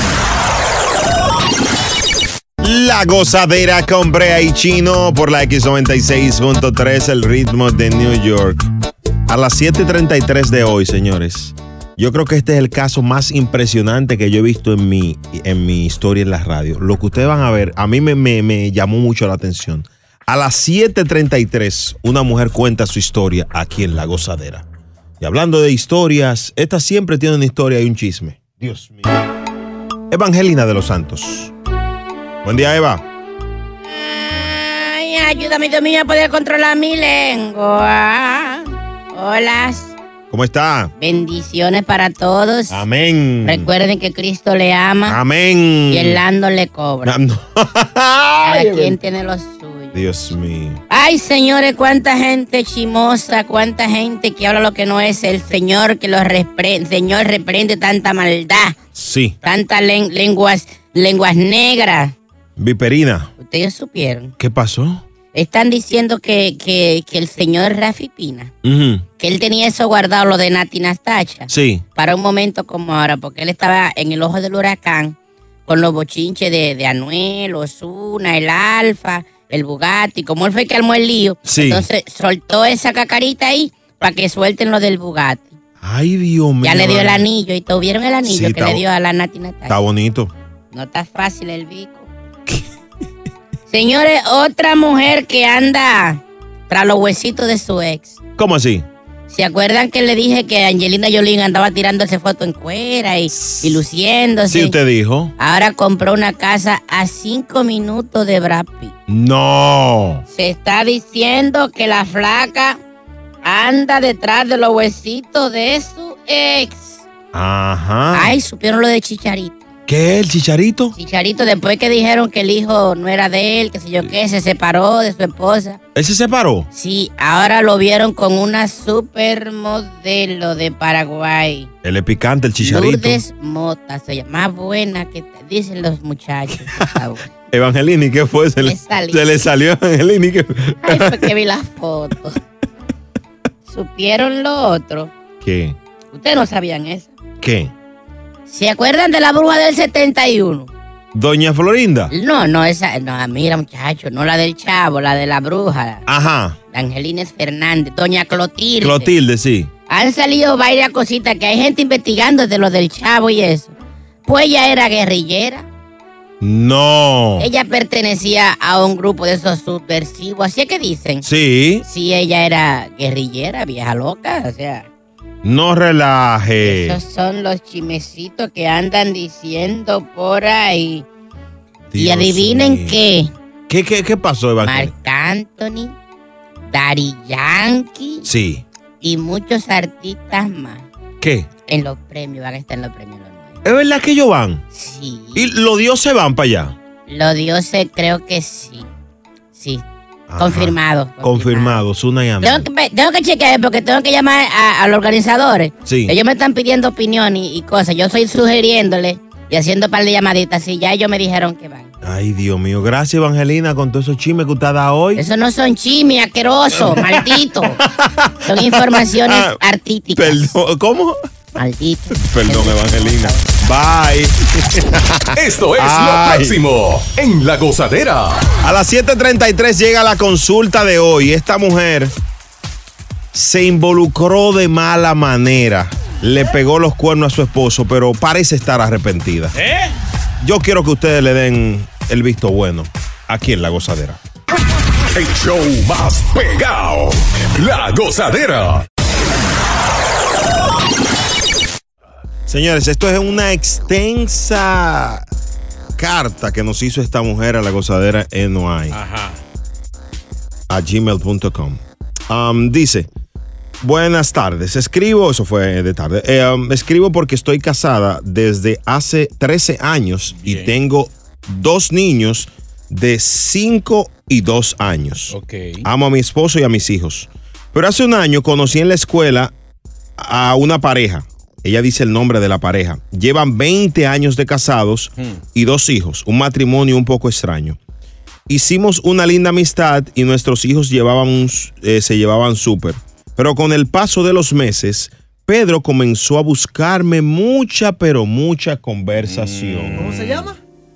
La gozadera con Brea y Chino por la X noventa y seis punto tres, el ritmo de New York. A las siete y treinta y tres de hoy, señores. Yo creo que este es el caso más impresionante que yo he visto en mi, en mi historia en la radio. Lo que ustedes van a ver, a mí me, me, me llamó mucho la atención. A las siete y treinta y tres, una mujer cuenta su historia aquí en La Gozadera. Y hablando de historias, esta siempre tiene una historia y un chisme. Dios mío. Evangelina de los Santos. Buen día, Eva. Ay, ayúdame, Dios mío, a poder controlar mi lengua. Hola. ¿Cómo está? Bendiciones para todos. Amén. Recuerden que Cristo le ama. Amén. Y el Lando le cobra. No, no. Cada quien tiene lo suyo. Dios mío. Ay, señores, cuánta gente chimosa, cuánta gente que habla lo que no es. El Señor que los reprende, Señor reprende tanta maldad, Sí. tantas len- lenguas, lenguas negras. Viperina. Ustedes supieron. ¿Qué pasó? Están diciendo que, que, que el señor Rafi Pina, Ujú. que él tenía eso guardado, lo de Nati Nastacha, Sí. para un momento como ahora, porque él estaba en el ojo del huracán con los bochinches de, de Anuel, Ozuna, el Alfa, el Bugatti, como él fue el que armó el lío. Sí. Entonces soltó esa cacarita ahí para que suelten lo del Bugatti. Ay, Dios mío. Ya le dio el anillo y todo. ¿Vieron el anillo Sí, que está le bo- dio a la Nati Nastacha? Está bonito. No está fácil el bico. Señores, otra mujer que anda tras los huesitos de su ex. ¿Cómo así? ¿Se acuerdan que le dije que Angelina Jolie andaba tirándose foto en cuera y, y luciéndose? Sí, usted dijo. Ahora compró una casa a cinco minutos de Brad Pitt. No. Se está diciendo que la flaca anda detrás de los huesitos de su ex. Ajá. Ay, supieron lo de Chicharito. ¿Qué? ¿El Chicharito? Chicharito, después que dijeron que el hijo no era de él, que sé yo qué, se separó de su esposa. ¿Él se separó? Sí, ahora lo vieron con una supermodelo de Paraguay. Él es picante, el Chicharito. Lourdes Mota, se llama, más buena que te dicen los muchachos. Evangelini, ¿qué fue? Se le, se le salió a Evangelini. ¿Qué? Ay, fue que vi las fotos. ¿Supieron lo otro? ¿Qué? Ustedes no sabían eso. ¿Qué? ¿Se acuerdan de la bruja del setenta y uno? ¿Doña Florinda? No, no, esa, no, mira, muchacho, no la del Chavo, la de la bruja. Ajá. Angelines Fernández, Doña Clotilde. Clotilde, sí. Han salido varias cositas que hay gente investigando de lo del Chavo y eso. Pues ella era guerrillera. No. Ella pertenecía a un grupo de esos subversivos, ¿así es que dicen? Sí. Sí, ella era guerrillera, vieja loca, o sea. No relaje. Esos son los chimecitos que andan diciendo por ahí. Dios y adivinen mío. qué. ¿Qué, qué, qué pasó, Evangelio? Marc Anthony, Daddy Yankee. Sí. Y muchos artistas más. ¿Qué? En los premios, van a estar en los premios. ¿Es verdad que ellos van? Sí. ¿Y los dioses van para allá? Los dioses creo que sí. Sí. Ajá. Confirmado. Confirmado, Zuna y Ana. Tengo que, tengo que chequear porque tengo que llamar a, a los organizadores. Sí. Ellos me están pidiendo opinión y, y cosas. Yo estoy sugiriéndole y haciendo un par de llamaditas. Y ya ellos me dijeron que van. Ay, Dios mío. Gracias, Evangelina, con todos esos chismes que usted da hoy. Eso no son chismes, asqueroso, maldito. Son informaciones artísticas. Perdón, ¿cómo? Maldito. Perdón, Evangelina. Bye. Esto es Ay. lo próximo en La Gozadera. A las siete treinta y tres llega la consulta de hoy. Esta mujer se involucró de mala manera. Le pegó los cuernos a su esposo, pero parece estar arrepentida. ¿Eh? Yo quiero que ustedes le den el visto bueno aquí en La Gozadera. El show más pegado. La Gozadera. Señores, esto es una extensa carta que nos hizo esta mujer a La Gozadera N Y. Ajá. A gmail punto com. Um, dice, buenas tardes, escribo, eso fue de tarde, eh, um, escribo porque estoy casada desde hace trece años. Bien. Y tengo dos niños de cinco y dos años. Okay. Amo a mi esposo y a mis hijos. Pero hace un año conocí en la escuela a una pareja. Ella dice el nombre de la pareja. Llevan veinte años de casados hmm. y dos hijos, un matrimonio un poco extraño. Hicimos una linda amistad y nuestros hijos llevaban, eh, se llevaban súper. Pero con el paso de los meses, Pedro comenzó a buscarme mucha, pero mucha conversación. ¿Cómo se llama?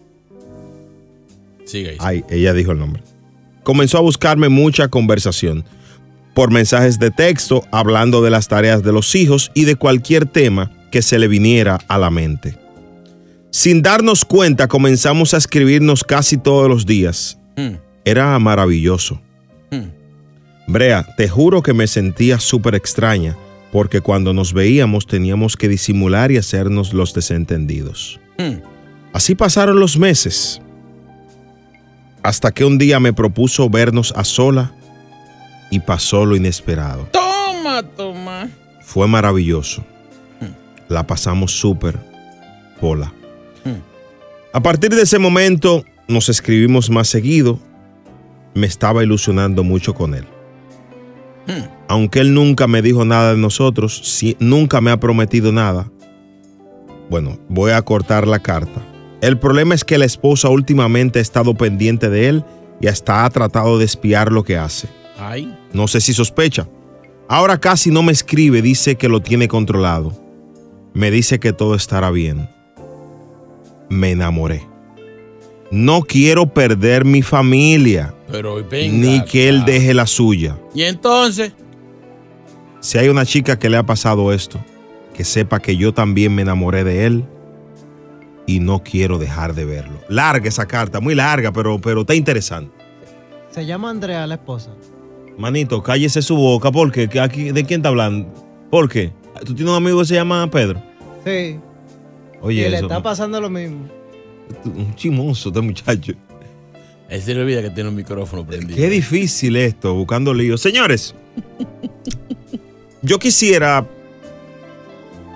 Sigue. Ay, ella dijo el nombre. Comenzó a buscarme mucha conversación. Por mensajes de texto, hablando de las tareas de los hijos y de cualquier tema que se le viniera a la mente. Sin darnos cuenta, comenzamos a escribirnos casi todos los días. Mm. Era maravilloso. Mm. Brea, te juro que me sentía súper extraña, porque cuando nos veíamos teníamos que disimular y hacernos los desentendidos. Mm. Así pasaron los meses, hasta que un día me propuso vernos a sola. Y pasó lo inesperado. Toma, toma. Fue maravilloso. Hmm. La pasamos súper, Pola. Hmm. A partir de ese momento nos escribimos más seguido. Me estaba ilusionando mucho con él. Hmm. Aunque él nunca me dijo nada de nosotros, si, nunca me ha prometido nada. Bueno, voy a cortar la carta. El problema es que la esposa últimamente ha estado pendiente de él y hasta ha tratado de espiar lo que hace. Ay. No sé si sospecha. Ahora casi no me escribe, dice que lo tiene controlado. Me dice que todo estará bien. Me enamoré. No quiero perder mi familia. Pero venga, ni que él deje la suya. ¿Y entonces? Si hay una chica que le ha pasado esto, que sepa que yo también me enamoré de él y no quiero dejar de verlo. Larga esa carta, muy larga, pero, pero está interesante. Se llama Andrea, la esposa. Manito, cállese su boca, ¿por qué? Aquí, ¿de quién está hablando? ¿Por qué? ¿Tú tienes un amigo que se llama Pedro? Sí. Oye, y eso, le está pasando lo mismo. Un chimoso este muchacho. Él se le olvida que tiene un micrófono prendido. Qué difícil esto, buscando líos. Señores, yo quisiera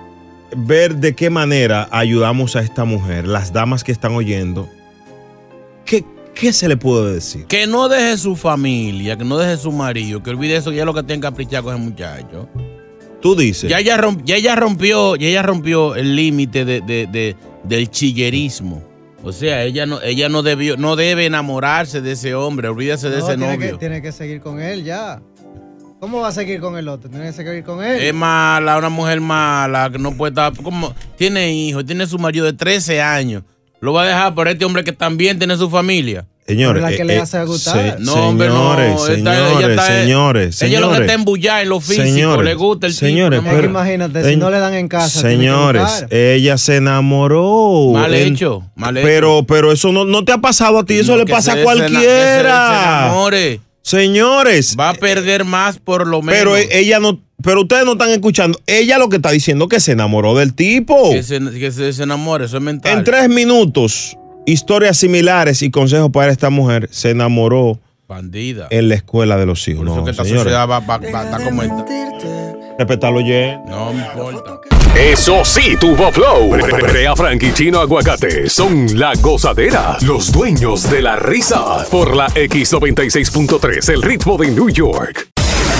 ver de qué manera ayudamos a esta mujer, las damas que están oyendo. ¿Qué, qué se le puede decir? Que no deje su familia, que no deje su marido, que olvide eso, ya lo que tiene que caprichar con ese muchacho. Tú dices. Ya ella, romp, ya ella rompió, ya ella rompió el límite de, de, de, del chillerismo. O sea, ella no, ella no debió, no debe enamorarse de ese hombre, olvídese de no, ese tiene novio. Que, tiene que seguir con él ya. ¿Cómo va a seguir con el otro? Tiene que seguir con él. Es mala, una mujer mala, que no puede estar, como, tiene hijos, tiene su marido de trece años. Lo va a dejar por este hombre que también tiene su familia. Señores, la que eh, le eh, hace gustar. Se, no, señores, hombre, no. señores, Esta, ella está, señores, ella señores. lo que está embullada en lo físico, señores, le gusta el señores, tipo. Es que imagínate, si no le dan en casa. Señores, ella se enamoró. Mal en, hecho, mal hecho. Pero, pero eso no, no te ha pasado a ti, eso No, le que pasa se a cualquiera. desena- que se- se enamore. Señores. Va a perder más por lo menos. Pero ella no, pero ustedes no están escuchando. Ella lo que está diciendo que se enamoró del tipo. Que se, que se desenamore, eso es mental. En tres minutos, historias similares y consejos para esta mujer. Se enamoró Bandida. en la escuela de los hijos. Por eso No, que esta señores. sociedad va, va, va a estar como esta. Respetarlo, ya. No me importa. Eso sí, tuvo flow. Brea Frank y Chino Aguacate son la gozadera, los dueños de la risa. Por la X noventa y seis punto tres, el ritmo de New York.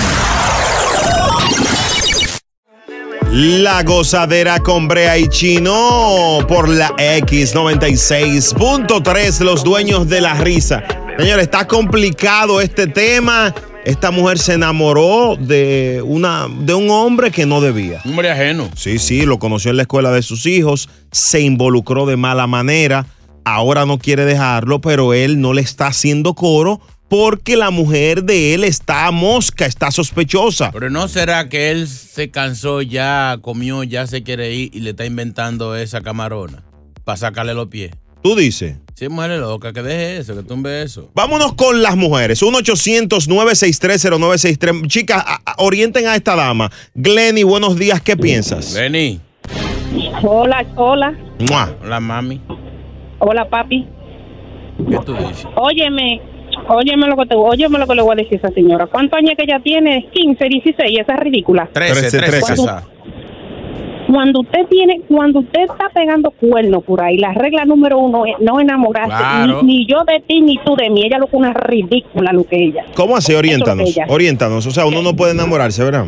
La gozadera con Brea y Chino por la X noventa y seis punto tres, los dueños de la risa. Señores, está complicado este tema. Esta mujer se enamoró de, una, de un hombre que no debía. Un hombre ajeno. Sí, sí, lo conoció en la escuela de sus hijos, se involucró de mala manera, ahora no quiere dejarlo, pero él no le está haciendo coro porque la mujer de él está mosca, está sospechosa. Pero ¿no será que él se cansó ya, comió, ya se quiere ir y le está inventando esa camarona para sacarle los pies? ¿Tú dices? Sí, mujer loca, que deje eso, que tumbe eso. Vámonos con las mujeres. uno ochocientos, nueve seis tres, cero nueve seis tres. Chicas, a- a- orienten a esta dama. Glenny, buenos días. ¿Qué piensas? Glenny. Hola, hola. ¡Mua! Hola, mami. Hola, papi. ¿Qué tú dices? Óyeme, óyeme lo que te, óyeme lo que le voy a decir a esa señora. ¿Cuántos años que ella tiene? quince, dieciséis, esa es ridícula. trece, trece. Casada. Cuando usted tiene, cuando usted está pegando cuernos por ahí, la regla número uno es no enamorarse, Claro. ni, ni yo de ti ni tú de mí. Ella lo que una ridícula lo que ella. ¿Cómo así? Oriéntanos. Eso es ella. Oriéntanos. O sea, uno no puede enamorarse, ¿verdad?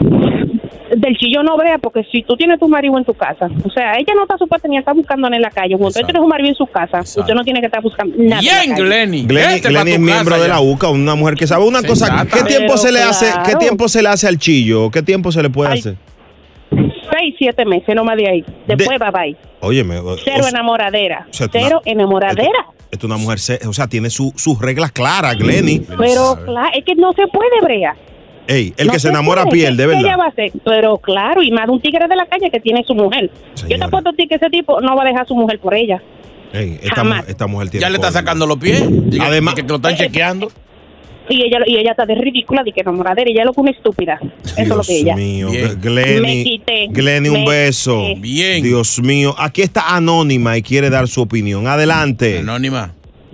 Del chillo no vea, porque si tú tienes tu marido en tu casa, o sea, ella no está supuesta ni a estar buscando en la calle. Cuando usted tiene un marido en su casa, usted no tiene que estar buscando nada. Bien, en la calle. Glenny. Glenny, Vete pa' Glenny tu es miembro casa de ya. la U C A, una mujer que sabe una cosa. Sensata. ¿Qué tiempo Pero se le hace? ¿Qué claro. tiempo se le hace al chillo? ¿Qué tiempo se le puede Ay. hacer? Seis, siete meses, no más de ahí. Después, bye bye. Óyeme, o- Cero o- enamoradera. o sea, tú Cero una- enamoradera. Esto es una mujer, se- o sea, tiene su- sus reglas claras, Glenny. Pero claro, es que no se puede, Brea. Ey, el No que se se enamora puede. pierde, ¿Qué ella ¿verdad? va a hacer? Pero claro, y más de un tigre de la calle que tiene su mujer. Yo te apuesto a ti que ese tipo no va a dejar a su mujer por ella. Ey, esta, Jamás. mu- esta mujer tiene Ya le está código. sacando los pies. Diga- Además- que, que lo están chequeando. Y ella y ella está de ridícula, de que enamoradera. Ella es lo que una estúpida. Eso es lo que ella. Dios mío, Bien. Glenny, Me quité. Glenny, un Me beso. quité. Bien. Dios mío, aquí está Anónima y quiere dar su opinión. Adelante. Anónima.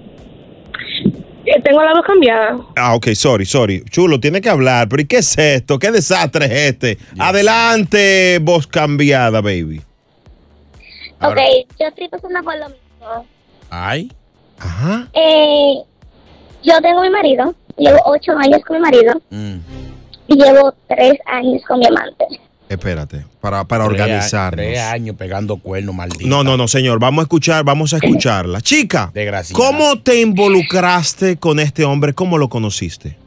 Tengo la voz cambiada. Ah, ok, sorry, sorry. Chulo, tiene que hablar. Pero ¿y qué es esto? ¿Qué desastre es este? Adelante, voz cambiada, baby. Ahora- Ok, yo estoy pasando por lo mismo. Ay. Ajá. Eh, yo tengo mi marido, llevo ocho años con mi marido Mm. y llevo tres años con mi amante. Espérate, para, para Tres a- organizarnos. Tres años pegando cuernos, maldito. No, no, no, señor. Vamos a escuchar, vamos a escucharla. Chica, Desgraciada. ¿cómo te involucraste con este hombre? ¿Cómo lo conociste?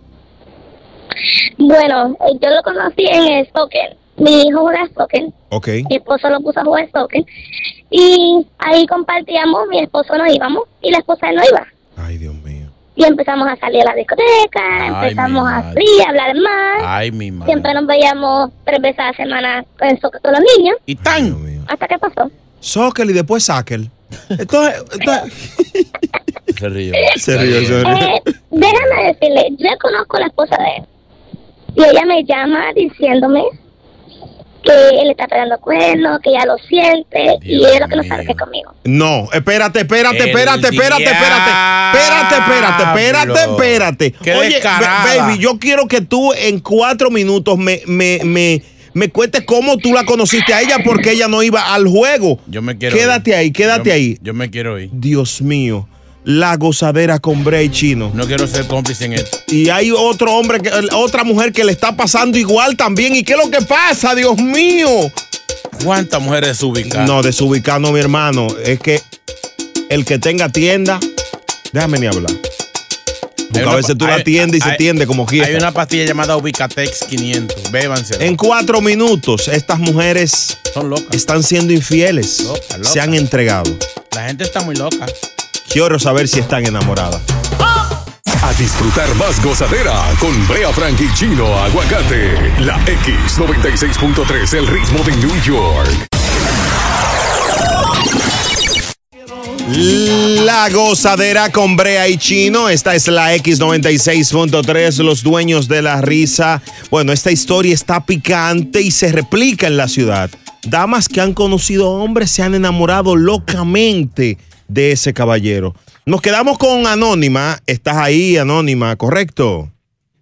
Bueno, eh, yo lo conocí en el Spoken. Mi hijo juega Spoken, Ok. mi esposo lo puso a jugar Spoken y ahí compartíamos, mi esposo no íbamos y la esposa no iba. Ay, Dios mío. Y empezamos a salir a la discoteca, Ay, empezamos mi a madre. salir, a hablar más. Ay, mi madre. Siempre nos veíamos tres veces a la semana en Soccer con los niños. Y tan. ¿Hasta qué pasó? Soccer y después Sackel. Entonces, entonces- Se ríe. se rió, se rió. Eh, déjame decirle, yo conozco a la esposa de él. Y ella me llama diciéndome que él está pegando cuernos, que ella lo siente y Dios es lo que no sabe mío. que es conmigo. No, espérate, espérate, El espérate, espérate, espérate. Espérate, espérate, espérate, diablo. espérate. Qué Oye, descarada. ba- baby, yo quiero que tú en cuatro minutos me, me, me, me cuentes cómo tú la conociste a ella porque ella no iba al juego. Yo me quiero Quédate ir. ahí, quédate yo, ahí. Yo me quiero ir. Dios mío. La gozadera con Brea y Chino. No quiero ser cómplice en esto. Y hay otro hombre, que, otra mujer que le está pasando igual también. ¿Y qué es lo que pasa, Dios mío? ¿Cuántas mujeres desubicadas? No, desubicadas no, mi hermano. Es que el que tenga tienda, déjame ni hablar. Porque una, a veces tú la tiendes y hay, se tiende como quieras. Hay una pastilla llamada Ubicatex quinientos. Bébanse. En cuatro minutos, estas mujeres son locas. Están siendo infieles. Loca, loca. Se han entregado. La gente está muy loca. Quiero saber si están enamoradas. A disfrutar más gozadera con Brea Frank y Chino Aguacate. La X noventa y seis punto tres, el ritmo de New York. La gozadera con Brea y Chino. Esta es la X noventa y seis punto tres, los dueños de la risa. Bueno, esta historia está picante y se replica en la ciudad. Damas que han conocido hombres se han enamorado locamente de ese caballero. Nos quedamos con Anónima. ¿Estás ahí, Anónima? ¿Correcto?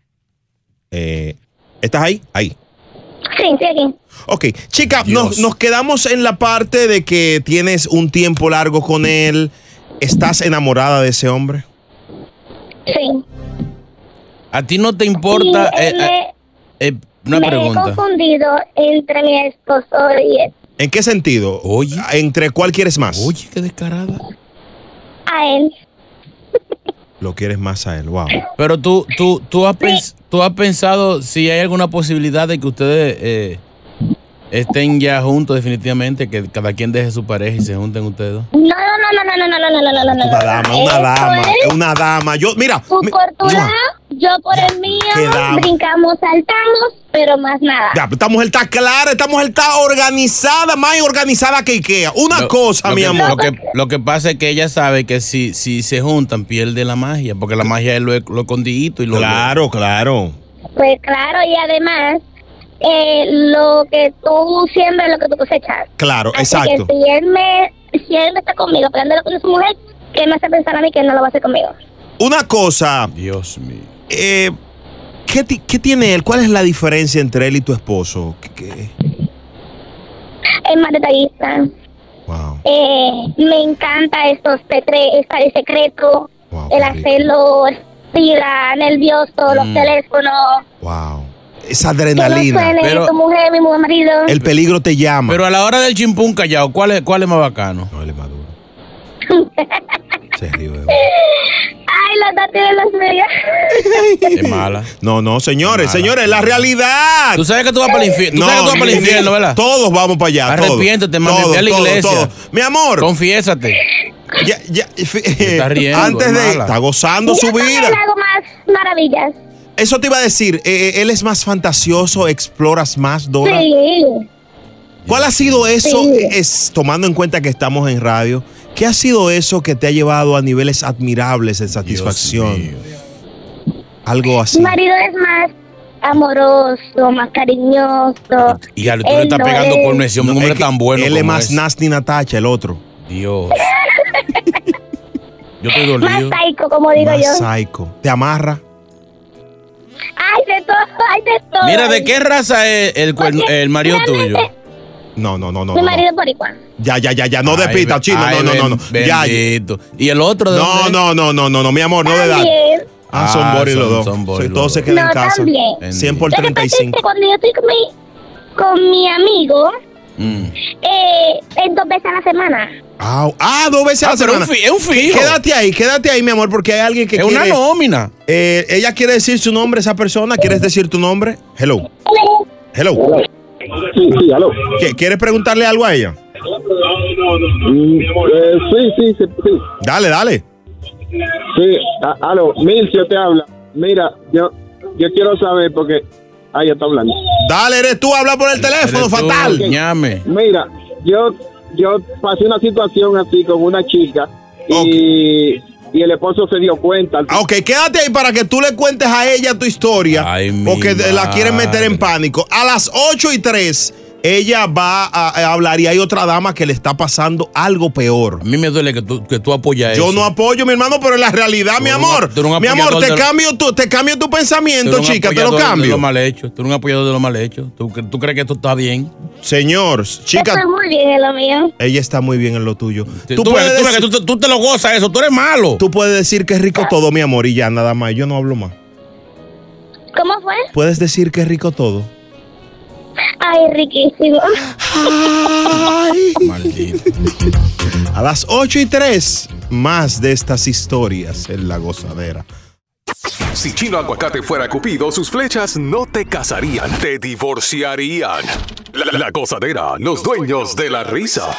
Eh, ¿Estás ahí? Ahí. Sí, sí, aquí. Ok, chica, nos, nos quedamos en la parte de que tienes un tiempo largo con él. ¿Estás enamorada de ese hombre? Sí. ¿A ti no te importa? Sí, eh, me, eh, eh, una me pregunta. he confundido entre mi esposo y él. ¿En qué sentido? Oye. ¿Entre cuál quieres más? Oye, qué descarada. A él. Lo quieres más a él, wow. Pero tú, tú, tú, has, pens tú has pensado si hay alguna posibilidad de que ustedes eh, estén ya juntos definitivamente, que cada quien deje su pareja y se junten ustedes dos. No, no, no, no, no, no, no, no, no, no, no. Una dama, una dama, es una dama. Yo, mira. Tú mi, por tu lado, yo por el mío, brincamos, saltamos, pero más nada. Ya, esta mujer está clara, esta mujer está organizada, más organizada que IKEA. Una lo, cosa, lo mi que, amor. Lo que, lo que pasa es que ella sabe que si, si se juntan pierde la magia, porque la magia es lo, lo escondidito y lo... Claro, lo, claro. Pues claro, y además, eh, lo que tú siembras, lo que tú cosechas. Claro, Así exacto. que si él me, si él está conmigo, pegándole con su mujer, ¿qué me hace pensar a mí que él no lo va a hacer conmigo? Una cosa. Dios mío. Eh, ¿qué, ¿Qué tiene él? ¿Cuál es la diferencia entre él y tu esposo? ¿Qué, qué? Es más detallista. Wow. Eh, me encanta estos petre, esta, el secreto, Wow, el qué rico. hacerlo tira, nervioso, los Mm. teléfonos. Wow. Esa Que no adrenalina. suene Pero- tu mujer, mi mujer, marido. El peligro te llama. Pero a la hora del chimpún callado, ¿cuál es, cuál es más bacano? No, él es maduro. Se ríe, bebé. Ay, la date de las medias. Es mala. No, no, señores, Mala. señores, la realidad. Tú sabes que tú vas para el infierno. Tú sabes que tú vas para el ni- infierno, ¿verdad? Todos vamos para allá. todos. Arrepiéntete, mami, Todos, ve a la todos, iglesia. todos. Mi amor, Confiésate. ya, ya, fi- está riendo, antes es de. mala. Está gozando Yo su con vida. él hago más maravillas. Eso te iba a decir. eh, él es más fantasioso, exploras más, Dora. Sí. ¿Cuál ha sido eso, Sí. es, tomando en cuenta que estamos en radio, qué ha sido eso que te ha llevado a niveles admirables de satisfacción? Algo así. Mi marido es más amoroso, más cariñoso. Y ya, tú le Él estás no pegando es- con ese No, hombre es que tan bueno Él es como más ese. nasty Natacha, el otro. Dios. Yo estoy Más dolido. psycho, como digo Más yo. psycho. Te amarra. Ay, de todo, ay, de todo. Mira, ¿de qué raza es el, cuerno- Porque el marido realmente tuyo? No, no, no, no. Mi no. marido es boricua. Ya, ya, ya, ya. No de Ay, pita, be- chino. ay, No, no, no, no. ben- Ya. bendito. ¿Y el otro de No, dónde es? no, no, no, no, no, mi amor, no de edad. También. Ah, son Ah, Boris los son- dos. son Boris Sí, los todos se dos. quedan No, en casa. también. cien por Lo que treinta y pasa es cinco. que cuando yo estoy con mi, con mi amigo, Mm. eh, es dos veces a la semana. Ah, ah, dos veces a Ah, la pero semana. un fi- es un fijo. Quédate ahí, quédate ahí, mi amor, porque hay alguien que Es quiere. una nómina. Eh, ella quiere decir su nombre, esa persona. ¿Quieres decir tu nombre? Hello. Hello. Sí, sí, aló. ¿Qué, ¿Quieres preguntarle algo a ella? Mm, eh, sí, sí, sí, sí. Dale, dale. Sí, a- aló, Milcio te habla. Mira, yo, yo quiero saber porque... Ah, ya está hablando. Dale, eres tú, habla por el teléfono, Eres tú, fatal. ñame. Mira, yo, yo pasé una situación así con una chica y, y el esposo se dio cuenta. Ah, ok, quédate ahí para que tú le cuentes a ella tu historia. Ay, mi porque la madre. quieren meter en pánico. A las ocho y tres ella va a, a hablar y hay otra dama que le está pasando algo peor. A mí me duele que tú, que tú apoyas Yo eso. no apoyo, mi hermano, pero es la realidad, Tú mi eres amor. un- tú eres un Mi amor, apoyador te de- cambio, tu, te cambio tu Tú pensamiento, eres un chica, te lo apoyador de cambio. lo mal hecho. Tú eres un apoyador de lo mal hecho. ¿Tú, tú crees que esto está bien? Señor, chica, Estoy muy bien en lo mío. ella está muy bien en lo tuyo. Tú, tú, ves, tú, ves que tú, tú- tú te lo gozas eso, tú eres malo. Tú puedes decir que es rico todo, mi amor, y ya nada más. Yo no hablo más. ¿Cómo fue? Puedes decir que es rico todo. Ay, riquísimo. Maldito. A las ocho y tres, más de estas historias en La Gozadera. Si Chino Aguacate fuera Cupido, sus flechas no te casarían, te divorciarían. La, la Gozadera, los dueños de la risa.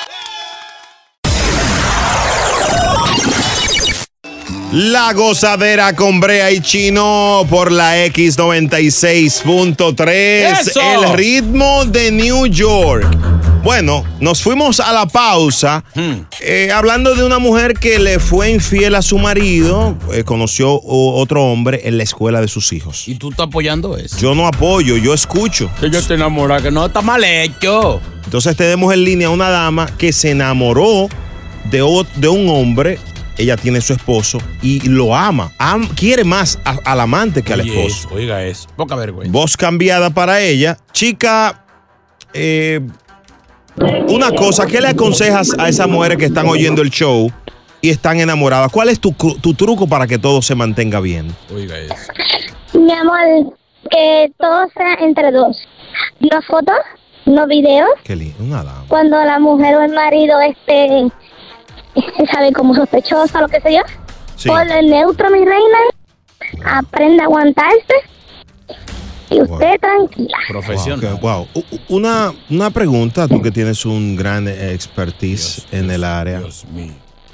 La Gozadera con Brea y Chino por la X noventa y seis punto tres. ¡Eso! El ritmo de New York. Bueno, nos fuimos a la pausa Hmm. eh, hablando de una mujer que le fue infiel a su marido, eh, conoció o- otro hombre en la escuela de sus hijos. ¿Y tú estás apoyando eso? Yo no apoyo, yo escucho. Que yo te enamora, que no está mal hecho. Entonces tenemos en línea a una dama que se enamoró de, o- de un hombre. Ella tiene su esposo y lo ama. Am- quiere más a- al amante que al Oye esposo. eso, oiga eso. Poca vergüenza. Voz cambiada para ella. Chica, eh, una cosa, ¿qué le aconsejas a esas mujeres que están oyendo el show y están enamoradas? ¿Cuál es tu, cru- tu truco para que todo se mantenga bien? Oiga eso. Mi amor, que todo sea entre dos. No fotos, no videos. Qué lindo, una dama. Cuando la mujer o el marido esté, sabe, como sospechosa, lo que sea yo. Sí. Ponle neutro, mi reina. Aprenda a aguantarse. Y usted tranquila. Profesional. Wow, ok, wow. U- u- Una, una pregunta, tú que tienes un gran expertise en el área. Dios mío.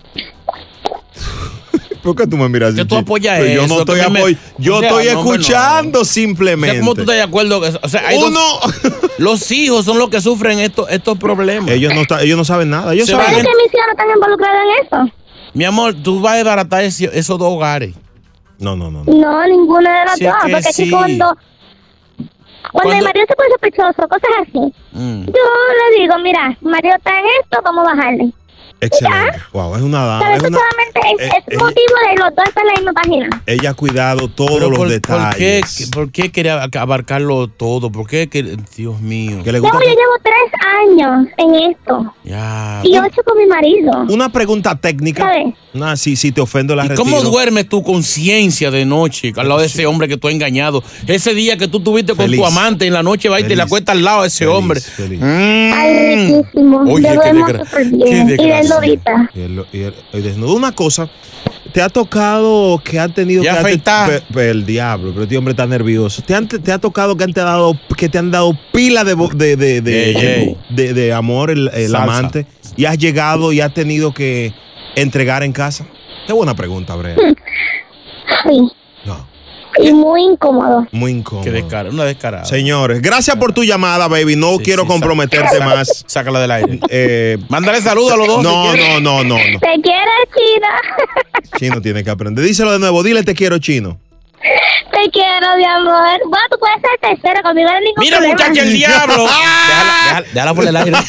¿Por qué tú me miras así? Que tú chico? apoyas Pero Yo eso, no estoy que a mí me- apoy- Yo o sea, estoy no, hombre, escuchando no. simplemente. O sea, ¿cómo tú estás de acuerdo? que- O sea, hay dos- Uno. los hijos son los que sufren estos, estos problemas. Ellos no, está- ellos no saben nada. Ellos Se saben. ¿Sabes que mis hijos no están involucrados en eso? Mi amor, tú vas a desbaratar ese- esos dos hogares. No, no, no. no. No, ninguna de las Sí, dos. que Porque sí. aquí cuando, cuando el Cuando- marido se pone sospechoso, cosas así, Mm. yo le digo, mira, marido está en esto, vamos a bajarle. Excelente. Wow, es una dama. Pero Es eso una, solamente es, eh, es ella- motivo de los dos estar en la misma página. ella ha cuidado todos Pero los por, ¿por qué, detalles. ¿Por qué quería abarcarlo todo? ¿Por qué? que- Dios mío. Que le Yo, gusta. yo llevo tres años en esto Ya. y ocho con mi marido. Una pregunta técnica. ¿Sabes? Nah, si, si te ofendo la ¿Y retiro. cómo duerme tu conciencia de noche al lado de ese hombre que tú has engañado? Ese día que tú tuviste con Feliz. tu amante en la noche, va y te Feliz. la acuesta al lado de ese Feliz, hombre. feliz. Mm. Ay, riquísimo. Oye, yo qué duermo desgra- súper qué bien. Y desgracia. desnudita. Y el- y el- y desnudo. Una cosa, ¿te ha tocado que ha tenido Ya que afeitar. pe- pe- el diablo, pero este hombre está nervioso. ¿Te han, te ha tocado que han te dado que te han dado pila de bo- de, de, de, Ey, ey. de- de amor el, el Salsa. amante y has llegado y has tenido que entregar en casa? Qué buena pregunta, Brea. Sí. No, Y muy incómodo. muy incómodo. Qué descarada, una descarada. Señores, gracias por tu llamada, baby. No Sí, quiero sí, comprometerte más. Sácala del aire. Eh, Mándale saludos a los dos. no, si quieres. no, no, no, no. Te quiero, China. Chino tiene que aprender. Díselo de nuevo. Dile te quiero, Chino. Te quiero, mi amor. Bueno, tú puedes ser tercero conmigo, no hay ningún Mira, problema. muchacha, el diablo. déjala, déjala, déjala por el aire.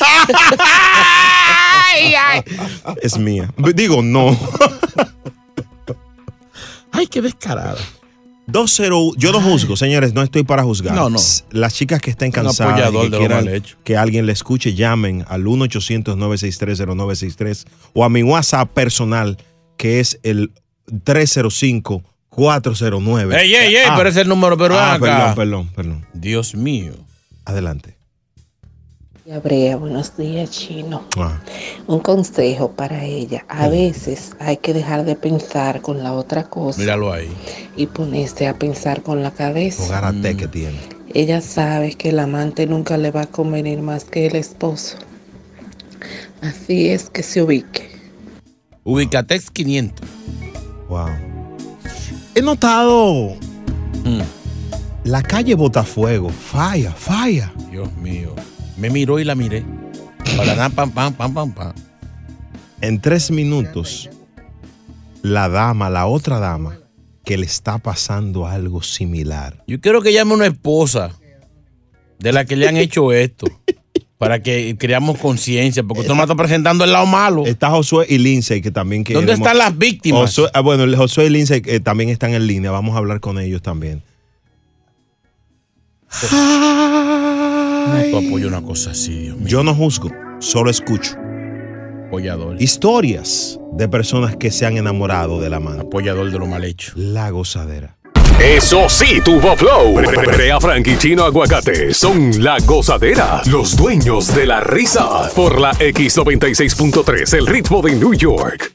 Es mía. Digo, no. Ay, qué descarada. dos cero uno. Yo no juzgo, señores. No estoy para juzgar. No, no. Las chicas que estén Un cansadas apoyador y que de lo quieran mal hecho. que alguien le escuche, llamen al uno ochocientos nueve seis tres cero nueve seis tres o a mi WhatsApp personal, que es el tres cero cinco cuatro cero nueve. Ey, ey, ey, Ah, pero ese es el número, pero ah, acá. perdón, perdón, perdón. Dios mío. Adelante. Brea, buenos días, Chino. Ah. Un consejo para ella. A veces hay que dejar de pensar con la otra cosa Míralo ahí. y ponerse a pensar con la cabeza. Hogarate que tiene. Ella sabe que el amante nunca le va a convenir más que el esposo. Así es que se ubique. Ubicatex quinientos. Wow. He notado Mm. la calle Botafuego. Falla, falla. Dios mío. Me miró y la miré. Para pam, pam, pam, pam, pam. En tres minutos, la dama, la otra dama, que le está pasando algo similar. Yo quiero que llame una esposa de la que le han hecho esto. Para que creamos conciencia, porque tú no me estás presentando el lado malo. Está Josué y Lindsay, que también queremos. ¿Dónde están las víctimas? Josué, ah, bueno, Josué y Lindsay eh, también están en línea. Vamos a hablar con ellos también. No, tú apoyas una cosa así, Dios mío. Yo no juzgo, solo escucho. Apoyador. Historias de personas que se han enamorado de la mano. Apoyador de lo mal hecho. La gozadera. Eso sí, tuvo flow. Brea Frank y Chino Aguacate son la gozadera, los dueños de la risa. Por la X noventa y seis punto tres, el ritmo de New York.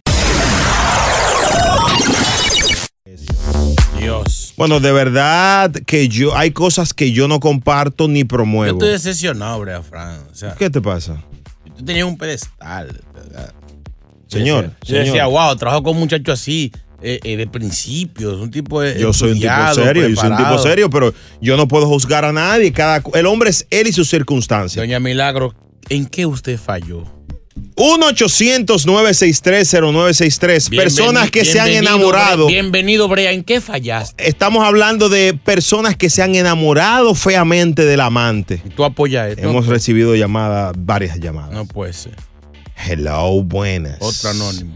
Dios. Bueno, de verdad que yo hay cosas que yo no comparto ni promuevo. Yo estoy decepcionado, Brea Frank. O sea, ¿qué te pasa? Tú tenías un pedestal, ¿verdad? Señor, yo decía, señor. Yo decía, wow, trabajo con un muchacho así. Eh, eh, de principios, un tipo de yo soy un tipo serio, yo soy un tipo serio, pero yo no puedo juzgar a nadie. Cada, el hombre es él y sus circunstancias. Doña Milagro, ¿en qué usted falló? uno ochocientos, nueve seis tres, cero nueve seis tres. Personas que se han enamorado. Bienvenido, Brea. ¿En qué fallaste? Estamos hablando de personas que se han enamorado feamente del amante. ¿Tú apoyas esto? Hemos recibido llamadas, varias llamadas. No puede ser. Hello, buenas. Otro anónimo.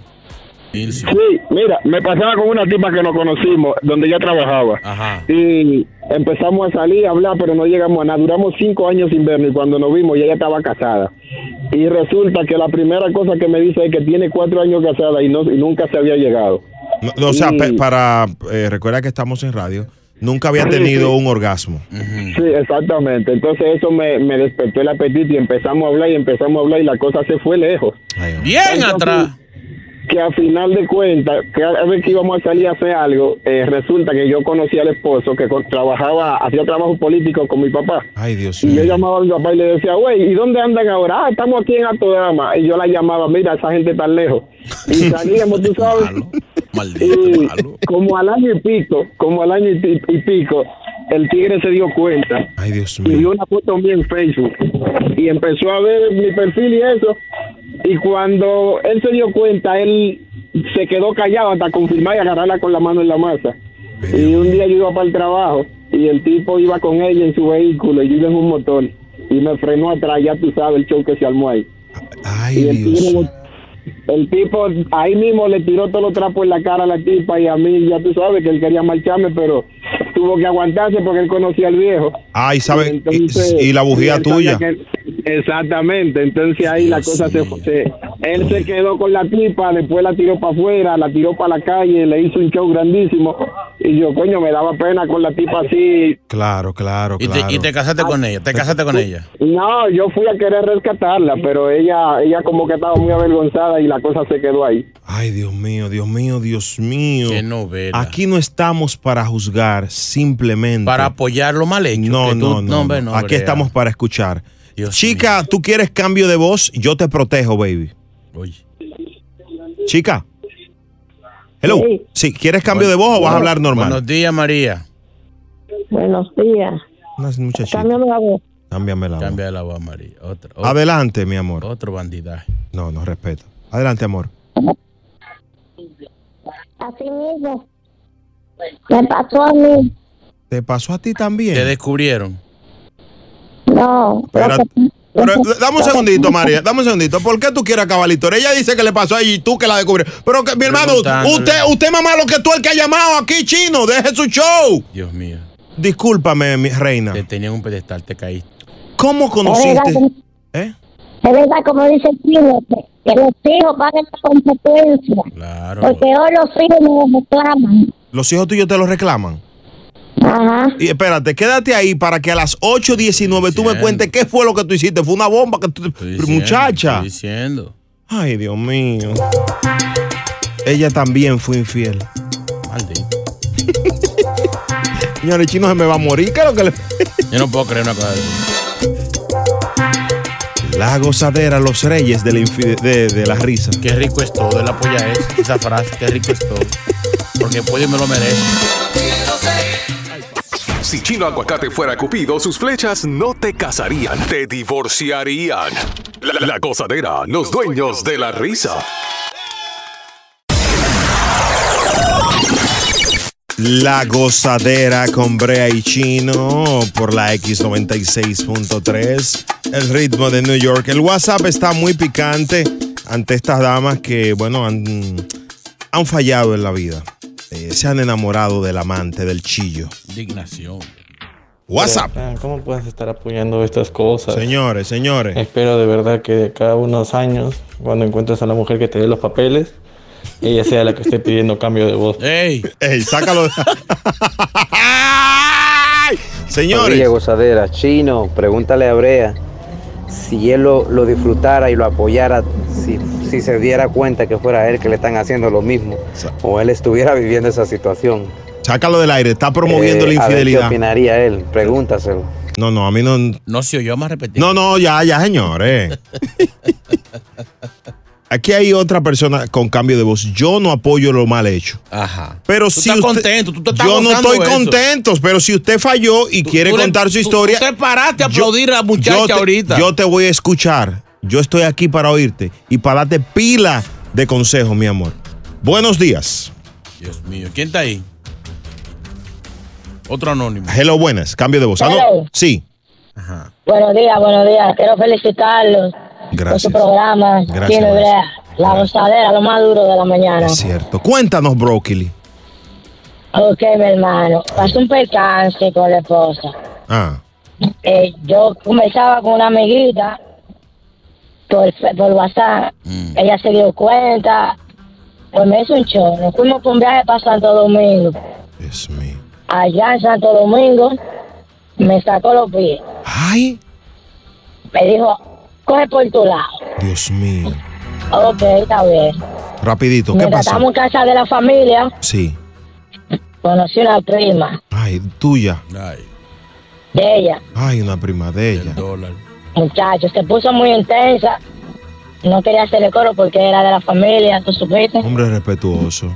Sí, mira, me pasaba con una tipa que nos conocimos, donde ella trabajaba. Ajá. Y empezamos a salir, a hablar, pero no llegamos a nada. Duramos cinco años sin vernos y cuando nos vimos, ella estaba casada. Y resulta que la primera cosa que me dice es que tiene cuatro años casada y, no, y nunca se había llegado. No, no, o sea, y, pe, para, eh, recuerda que estamos en radio, nunca había tenido sí, sí. un orgasmo. Uh-huh. Sí, exactamente. Entonces eso me, me despertó el apetito y empezamos a hablar y empezamos a hablar y la cosa se fue lejos. Ay, bien Entonces, atrás. Que a final de cuentas, cada vez que íbamos a salir a hacer algo, eh, resulta que yo conocí al esposo que con, trabajaba, hacía trabajo político con mi papá. Ay, Dios mío. Y mío. yo llamaba a mi papá y le decía, güey, ¿y dónde andan ahora? Ah, estamos aquí en Alto Dama. Y yo la llamaba, mira, esa gente está lejos. Y salíamos, tú sabes. Malo. Maldito, y malo. Como al año y pico, como al año y, y pico, el tigre se dio cuenta. Ay, Dios mío. Y dio una foto mía en Facebook. Y empezó a ver mi perfil y eso. Y cuando él se dio cuenta, él se quedó callado hasta confirmar y agarrarla con la mano en la masa. Y un día yo iba para el trabajo y el tipo iba con ella en su vehículo y yo iba en un motor y me frenó atrás, ya tú sabes el show que se armó ahí. Ay, y el, Dios. Tipo, el tipo ahí mismo le tiró todos los trapos en la cara a la tipa y a mí, ya tú sabes que él quería marcharme, pero tuvo que aguantarse porque él conocía al viejo. Ay, ¿sabes? Y, entonces, y la bujía y tuya. Que, exactamente, entonces ahí Dios la cosa se, se... Él se quedó con la tipa, después la tiró para afuera, la tiró para la calle, le hizo un show grandísimo. Y yo, coño, me daba pena con la tipa así. Claro, claro, ¿Y claro. te, y te casaste con ella? ¿Te casaste con ella? No, yo fui a querer rescatarla, pero ella ella como que estaba muy avergonzada y la cosa se quedó ahí. Ay, Dios mío, Dios mío, Dios mío. Qué novela. Aquí no estamos para juzgar, simplemente. Para apoyar lo mal hecho. No, tú, no, no, no, no. Aquí Brea. Estamos para escuchar. Dios Chica, mío. ¿Tú quieres cambio de voz? Yo te protejo, baby. Oye. Chica. Hello. Sí, sí ¿quieres cambio bueno, de voz o vas a hablar normal? Buenos días, María. Buenos días. Una muchachita. Cámbiame la voz. Cámbiame la voz. Cambia la voz, María. Otra, otra. Adelante, mi amor. Otro bandidaje. No, no, respeto. Adelante, amor. Así mismo. Me pasó a mí. ¿Te pasó a ti también? ¿Te descubrieron? No. Pero, pero dame un segundito, María, dame un segundito. ¿Por qué tú quieres acabar la historia? Ella dice que le pasó a ella y tú que la descubriste. Pero que, mi hermano, usted, usted más malo que tú el que ha llamado aquí, Chino. Deje su show. Dios mío. Discúlpame, mi reina. Te tenían un pedestal, te caíste. ¿Cómo conociste? ¿Eh? Es verdad, como dice el Chino, que los hijos paguen la consecuencia. Claro. Porque hoy los hijos me los reclaman. ¿Los hijos tuyos te los reclaman? Ajá. Y espérate, quédate ahí para que a las ocho diecinueve tú me cuentes qué fue lo que tú hiciste. Fue una bomba que tú... Diciendo, muchacha. Estoy diciendo. Ay, Dios mío. Ella también fue infiel. Maldito. Señor, el Chino se me va a morir. ¿Qué es lo que le... Yo no puedo creer una cosa de eso. La gozadera, los reyes de la, infide- de, de la risa. Qué rico es todo, él apoya eso, esa frase, qué rico es todo. Porque puede y me lo merece. Si Chino Aguacate fuera Cupido, sus flechas no te casarían, te divorciarían. La, la gozadera, los dueños de la risa. La gozadera con Brea y Chino por la X noventa y seis punto tres. El ritmo de New York. El WhatsApp está muy picante ante estas damas que, bueno, han, han fallado en la vida. Eh, se han enamorado del amante, del chillo. Indignación. WhatsApp. ¿Cómo puedes estar apoyando estas cosas? Señores, señores. Espero de verdad que de cada unos años, cuando encuentres a la mujer que te dé los papeles, ella sea la que esté pidiendo cambio de voz. ¡Ey! ¡Ey, sácalo! Señores. Oye, gozadera, Chino, pregúntale a Brea si él lo, lo disfrutara y lo apoyara, si, si se diera cuenta que fuera él que le están haciendo lo mismo, o él estuviera viviendo esa situación. Sácalo del aire, está promoviendo eh, la infidelidad. A ver ¿qué opinaría él? Pregúntaselo. No, no, a mí no. No se oyó más repetir. No, no, ya, ya, señores. Aquí hay otra persona con cambio de voz. Yo no apoyo lo mal hecho. Ajá. Pero tú si estás usted, contento, tú te estás yo no estoy eso. contento, pero si usted falló y tú, quiere tú contar le, su tú, historia. Tú te paraste a aplaudir yo, a la muchacha yo te, ahorita. Yo te voy a escuchar. Yo estoy aquí para oírte y para darte pila de consejos, mi amor. Buenos días. Dios mío, ¿quién está ahí? Otro anónimo. Hello, buenas. Cambio de voz. ¿Ah, no? Sí. Ajá. Buenos días, buenos días. Quiero felicitarlos Gracias. por su programa. Gracias. Chino y Brea, la gozadera, lo más duro de la mañana. Es cierto. Cuéntanos, Broccoli. Ok, mi hermano. Pasó un percance con la esposa. Ah. Eh, yo conversaba con una amiguita por, por WhatsApp. Mm. Ella se dio cuenta. Pues me hizo un show. Nos fuimos con un viaje para Santo Domingo. Dios mío. Allá en Santo Domingo me sacó los pies. Ay. Me dijo, coge por tu lado. Dios mío. Ok, está bien. Rapidito, ¿qué Mientras pasó? Estamos en casa de la familia. Sí. Conocí una prima. Ay, tuya. Ay. De ella. Ay, una prima de ella. Muchachos, se puso muy intensa. No quería hacerle coro porque era de la familia, ¿tú supiste? Hombre respetuoso.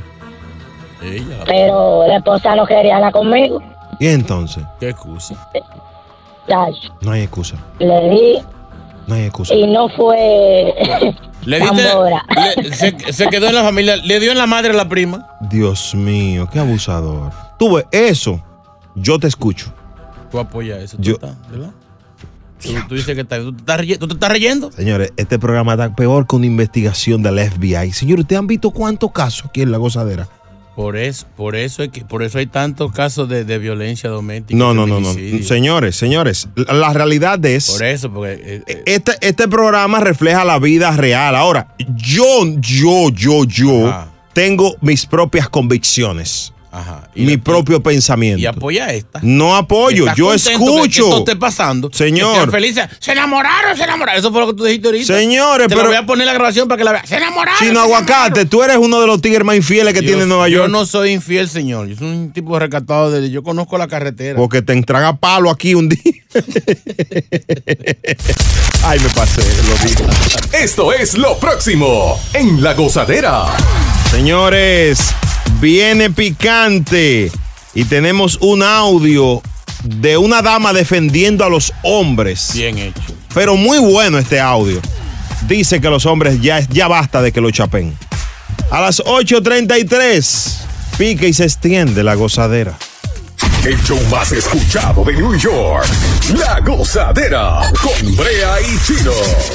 Ella. Pero la esposa no quería nada conmigo. ¿Y entonces? ¿Qué excusa? Muchacho, No hay excusa. le di No hay excusa. y no fue Le diste, le, se, se quedó en la familia, le dio en la madre a la prima. Dios mío, qué abusador. Tú ves, eso, yo te escucho. Tú apoyas eso, Yo- tú estás, ¿verdad? Tú, tú dices que está- tú, te estás reye- tú te estás reyendo. Señores, este programa está peor que una investigación del F B I. Señores, ¿ustedes han visto cuántos casos aquí en La Gozadera? Por eso, por eso, es que, por eso hay tantos casos de, de violencia doméstica. No, y no, no, no. feminicidio. Señores, señores, la, la realidad es... Por eso, porque... eh, eh, Este, este programa refleja la vida real. Ahora, yo, yo, yo, yo Ajá. tengo mis propias convicciones. Ajá. Mi propio pensamiento. y apoya esta. No apoyo, ¿Estás yo contento escucho. Que, que esto esté pasando. Señor. Que sean felices. Se enamoraron, se enamoraron. Eso fue lo que tú dijiste ahorita. Señores, Te pero- lo voy a poner la grabación para que la veas. Se enamoraron. Chino se Aguacate, tú eres uno de los tigres más infieles que Yo- tiene Nueva York. Yo no soy infiel, señor. Yo soy un tipo recatado de... Yo conozco la carretera. Porque te entran a palo aquí un día. Ay, me pasé, lo digo. Esto es lo próximo en La Gozadera. Señores, viene picante y tenemos un audio de una dama defendiendo a los hombres. Bien hecho. Pero muy bueno este audio. Dice que los hombres ya, ya basta de que lo chapen. A las ocho treinta y tres, pique y se extiende La Gozadera. El show más escuchado de New York. La Gozadera con Brea y Chino.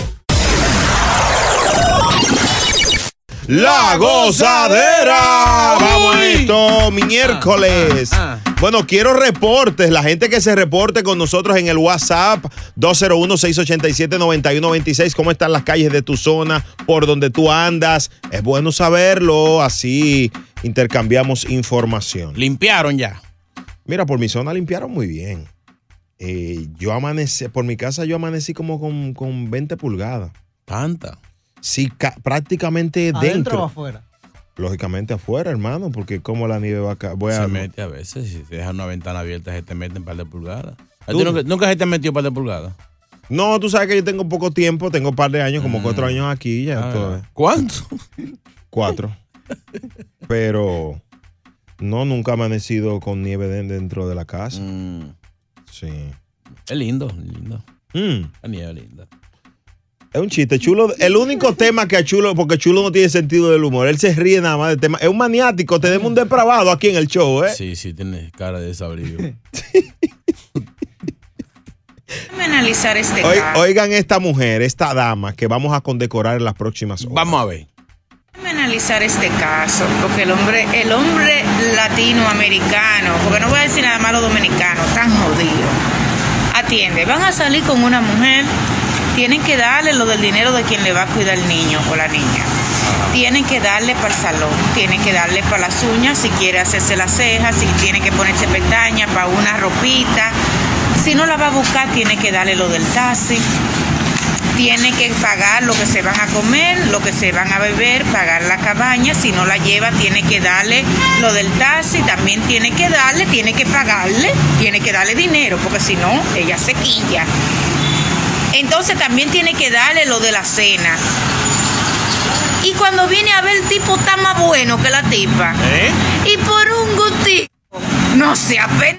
La Gozadera. Vamos a esto, miércoles. Bueno, quiero reportes. La gente que se reporte con nosotros en el WhatsApp dos cero uno, seis ocho siete, nueve uno dos seis. ¿Cómo están las calles de tu zona? ¿Por donde tú andas? Es bueno saberlo. Así intercambiamos información. Limpiaron ya. Mira, por mi zona limpiaron muy bien. Eh, yo amanecí, por mi casa yo amanecí como con, con veinte pulgadas. ¿Tanta? Sí, ca- prácticamente ¿Adentro dentro. o afuera? Lógicamente afuera, hermano, porque como la nieve va a caer. Voy Se a, mete a veces. Si te dejan una ventana abierta, se te meten un par de pulgadas. ¿A Tú- ti nunca, nunca se te han metido un par de pulgadas? No, tú sabes que yo tengo poco tiempo, tengo un par de años, como cuatro años aquí ya. Ah, todo. ¿Cuánto? Cuatro. Pero no, nunca he amanecido con nieve de- dentro de la casa. Mm. Sí. Es lindo, lindo. Mm. La nieve es linda. Es un chiste, Chulo. El único tema que a Chulo, porque Chulo no tiene sentido del humor, él se ríe nada más del tema. Es un maniático, tenemos un depravado aquí en el show, ¿eh? Sí, sí, tienes cara de desabrigo. Analizar este Oi- caso. Oigan esta mujer, esta dama que vamos a condecorar en las próximas horas. Vamos a ver. Déjame analizar este caso, porque el hombre, el hombre latinoamericano, porque no voy a decir nada malo dominicano, tan jodido. Atiende, van a salir con una mujer, tienen que darle lo del dinero de quien le va a cuidar el niño o la niña. Tienen que darle para el salón, tienen que darle para las uñas, si quiere hacerse las cejas, si tiene que ponerse pestañas, para una ropita. Si no la va a buscar, tiene que darle lo del taxi. Tiene que pagar lo que se van a comer, lo que se van a beber, pagar la cabaña. Si no la lleva, tiene que darle lo del taxi. También tiene que darle, tiene que pagarle, tiene que darle dinero, porque si no, ella se quilla. Entonces también tiene que darle lo de la cena. Y cuando viene a ver, el tipo está más bueno que la tipa. ¿Eh? Y por un gustito, no se apen...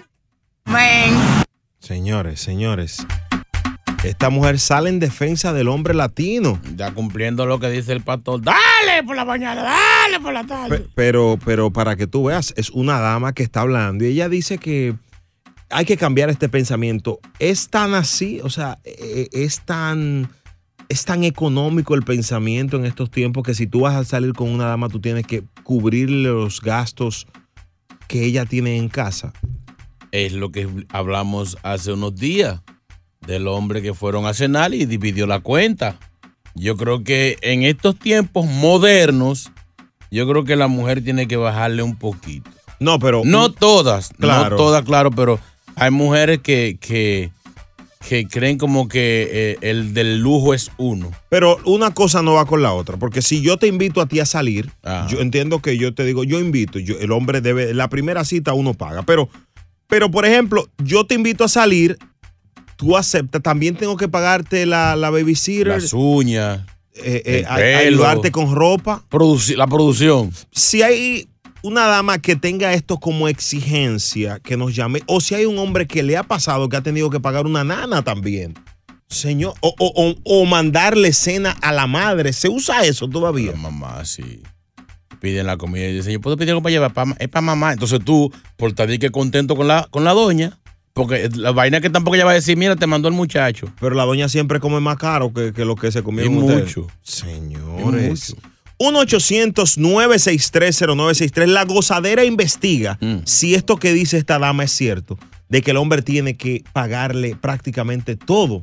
Señores, señores, esta mujer sale en defensa del hombre latino. Ya cumpliendo lo que dice el pastor. Dale por la mañana, dale por la tarde. Pe- Pero, pero para que tú veas, es una dama que está hablando y ella dice que hay que cambiar este pensamiento. Es tan así, o sea, eh, es tan, es tan económico el pensamiento en estos tiempos que si tú vas a salir con una dama, tú tienes que cubrir los gastos que ella tiene en casa. Es lo que hablamos hace unos días del hombre que fueron a cenar y dividió la cuenta. Yo creo que en estos tiempos modernos, yo creo que la mujer tiene que bajarle un poquito. No, pero... No todas, Claro. no todas, claro, pero hay mujeres que, que, que creen como que eh, el del lujo es uno. Pero una cosa no va con la otra, porque si yo te invito a ti a salir, Ajá. yo entiendo que yo te digo, yo invito, yo, el hombre debe, la primera cita uno paga, pero, pero por ejemplo, yo te invito a salir, tú aceptas, también tengo que pagarte la, la babysitter, Las uñas, eh, eh, el a- pelo. ayudarte con ropa. Produci- la producción. Si hay una dama que tenga esto como exigencia, que nos llame, o si hay un hombre que le ha pasado que ha tenido que pagar una nana también. Señor, o, o, o, o mandarle cena a la madre, ¿se usa eso todavía? La mamá, sí. Piden la comida y dicen, yo puedo pedir algo para llevar, pa- es para mamá. Entonces tú, por estar que contento con la, con la doña, porque la vaina que tampoco ella va a decir, mira, te mandó el muchacho. Pero la doña siempre come más caro que, que lo que se Y comieron ustedes. mucho. Señores. Y mucho. uno ochocientos nueve seis tres cero nueve seis tres. La gozadera investiga Mm. si esto que dice esta dama es cierto, de que el hombre tiene que pagarle prácticamente todo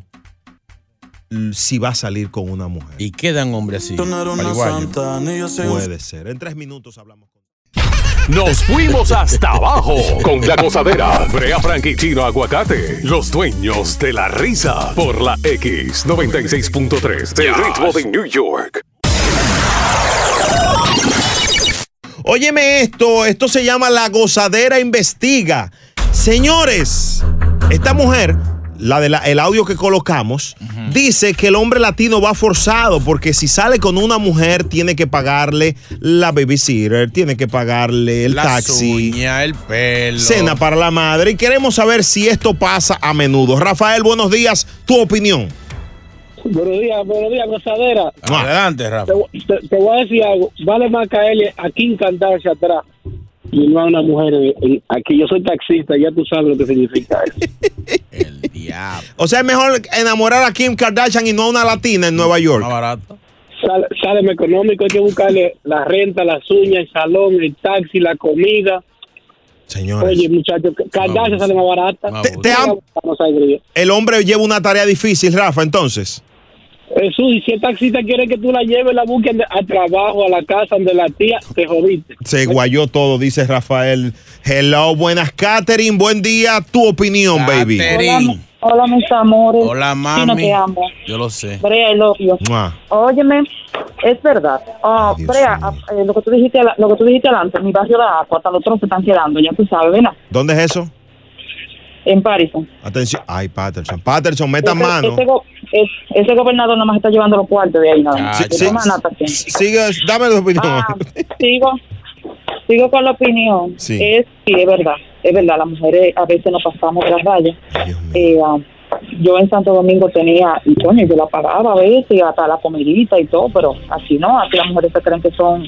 l- si va a salir con una mujer. ¿Y quedan hombres así? Paraguayos. Puede ser. En tres minutos hablamos. Nos fuimos hasta abajo con la gozadera. Brea Frank y Chino Aguacate, los dueños de la risa. Por la X noventa y seis punto tres del ritmo de New York. Óyeme esto, esto se llama La Gozadera Investiga. Señores, esta mujer, la del el audio que colocamos, dice que el hombre latino va forzado porque si sale con una mujer tiene que pagarle la babysitter, tiene que pagarle el Las taxi, uñas, el pelo. cena para la madre y queremos saber si esto pasa a menudo. Rafael, buenos días, tu opinión. Buenos días, buenos días, gozadera. Adelante, Rafa. Te, te- te voy a decir algo. Vale más caerle aquí encantarse atrás y no a una mujer en- en- aquí. Yo soy taxista, ya tú sabes lo que significa eso. O sea, es mejor enamorar a Kim Kardashian y no a una latina en Nueva York. Más barato. Sale, sale más económico, hay que buscarle la renta, las uñas, el salón, el taxi, la comida. Señores. Oye, muchachos, Kardashian sale más barata. Te- te am- No saldría. El hombre lleva una tarea difícil, Rafa, entonces. Jesús, y si el taxista quiere que tú la lleves, la busques al trabajo, a la casa de la tía, te jodiste. Se guayó todo, dice Rafael. Hello, buenas, Catherine. Buen día. Tu opinión, baby. Hola, mi- Hola, mis amores. Hola, Chino, mami. te amo. Yo lo sé. Brea, I love you. Mua. Óyeme, es verdad. Ah, Brea, ah, eh, lo que tú dijiste, lo que tú dijiste adelante, en mi barrio de Aqua, hasta los otros se están quedando, ya tú sabes, ¿verdad? ¿Dónde es eso? En Patterson. Atención. Ay, Patterson. Patterson, metan Ese- mano. Ese, go- es- ese gobernador nada más está llevando los cuartos de ahí, nada más. Sí, De sí, todas maneras, sí. Sigue, dame tu opinión. Ah, sigo, sigo con la opinión. Sí. Es, sí, es verdad, es verdad, las mujeres a veces nos pasamos de las rayas. Eh, ah, yo en Santo Domingo tenía, y coño, yo la pagaba a veces, hasta la comidita y todo, pero así no, así las mujeres se creen que son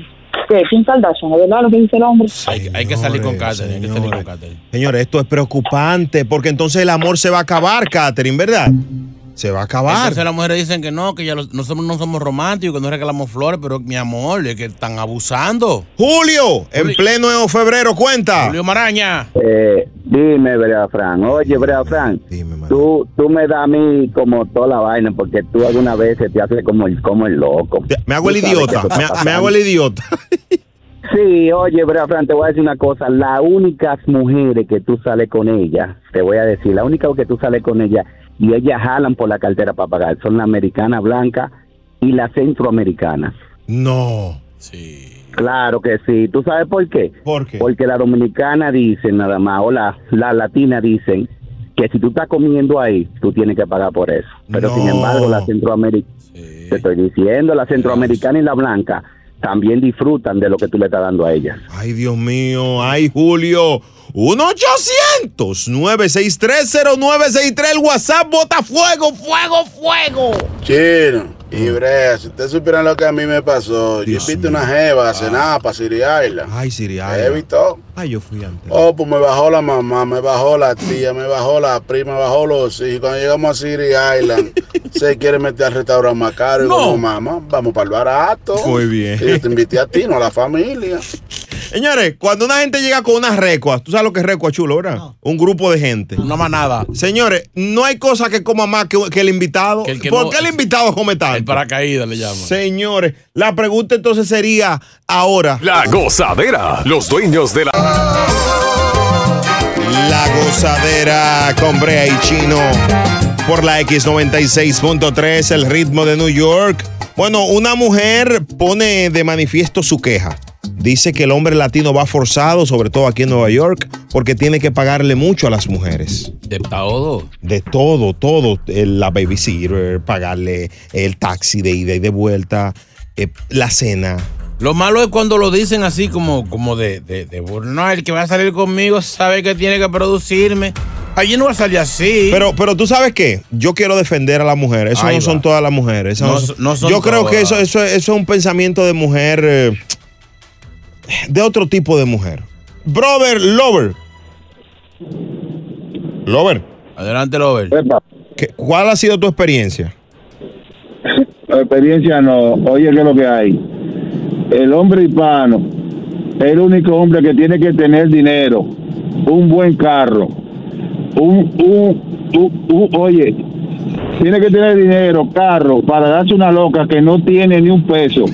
¿Qué? Kim Kardashian, ¿es verdad lo que dice el hombre? Hay, hay que salir con Catherine, hay que salir con Catherine. Señores, esto es preocupante porque entonces el amor se va a acabar, Catherine, ¿verdad? Se va a acabar. Entonces las mujeres dicen que no, que ya los, nosotros no somos románticos, que no regalamos flores, pero mi amor, es que están abusando. Julio, en pleno febrero, cuenta. Julio Maraña. Eh, dime, Brea Fran. Oye, Brea Fran, tú, tú me das a mí como toda la vaina, porque tú algunas veces te haces como el, como el loco. Me hago el Tú sabes idiota, que eso me, está me hago el idiota. Sí, oye, Brea Fran, te voy a decir una cosa. Las únicas mujeres que tú sales con ellas, te voy a decir, la única que tú sales con ellas y ellas jalan por la cartera para pagar son la americana blanca y la centroamericana. No. Sí. Claro que sí. ¿Tú sabes por qué? ¿Por qué? Porque la dominicana dicen nada más, o la, la latina dicen que si tú estás comiendo ahí, tú tienes que pagar por eso. Pero No. sin embargo, la centroamericana, sí. Te estoy diciendo, la centroamericana y la blanca también disfrutan de lo que tú le estás dando a ellas. Ay, Dios mío, ay, Julio. uno ochocientos, nueve seis tres, cero nueve seis tres, el WhatsApp bota fuego, fuego, fuego. Chino y Brea, si ustedes supieran lo que a mí me pasó, Dios yo invité mío. una jeva a cenar para Siri Island. Ay, Siri Me Island. evitó. Ay, yo fui antes. Oh, pues me bajó la mamá, me bajó la tía, me bajó la prima, me bajó los hijos. Cuando llegamos a Siri Island, se quiere meter al restaurante más caro. Y No. como, mamá, vamos para el barato. Muy bien. Y yo te invité a ti, no a la familia. Señores, cuando una gente llega con unas recuas, tú sabes lo que es recua, chulo, ¿verdad? No. Un grupo de gente. Una manada. Señores, no hay cosa que coma más que, que el invitado. Que el que ¿Por no- qué el invitado come tanto? El paracaídas le llaman. Señores, la pregunta entonces sería ahora. La gozadera, los dueños de la... La gozadera con Brea y Chino por la X noventa y seis punto tres, el ritmo de New York. Bueno, una mujer pone de manifiesto su queja. Dice que el hombre latino va forzado, sobre todo aquí en Nueva York, porque tiene que pagarle mucho a las mujeres. De todo. De todo, todo. El- La babysitter, pagarle el taxi de ida y de vuelta, eh, la cena. Lo malo es cuando lo dicen así como, como de, de, de burla. No, el que va a salir conmigo sabe que tiene que producirme. Allí no va a salir así. Pero, pero tú sabes qué, yo quiero defender a la mujer. Eso Ahí no va. son todas las mujeres. Eso No no son- son- no son yo creo todas. que eso, eso, eso es un pensamiento de mujer, eh, de otro tipo de mujer. Brother Lover. Lover. Adelante, Lover. ¿Qué- ¿Cuál ha sido tu experiencia? La experiencia no. Oye, ¿qué es lo que hay? El hombre hispano es el único hombre que tiene que tener dinero, un buen carro, un, un, un- un- oye, tiene que tener dinero, carro, para darse una loca que no tiene ni un peso.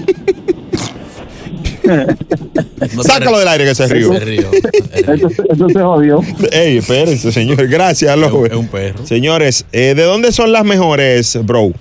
Sácalo del aire que se rió. Eso, eso se jodió. Ey, espérense, señor. Gracias, Lover. Es un perro. Señores, eh, ¿de dónde son las mejores, bro?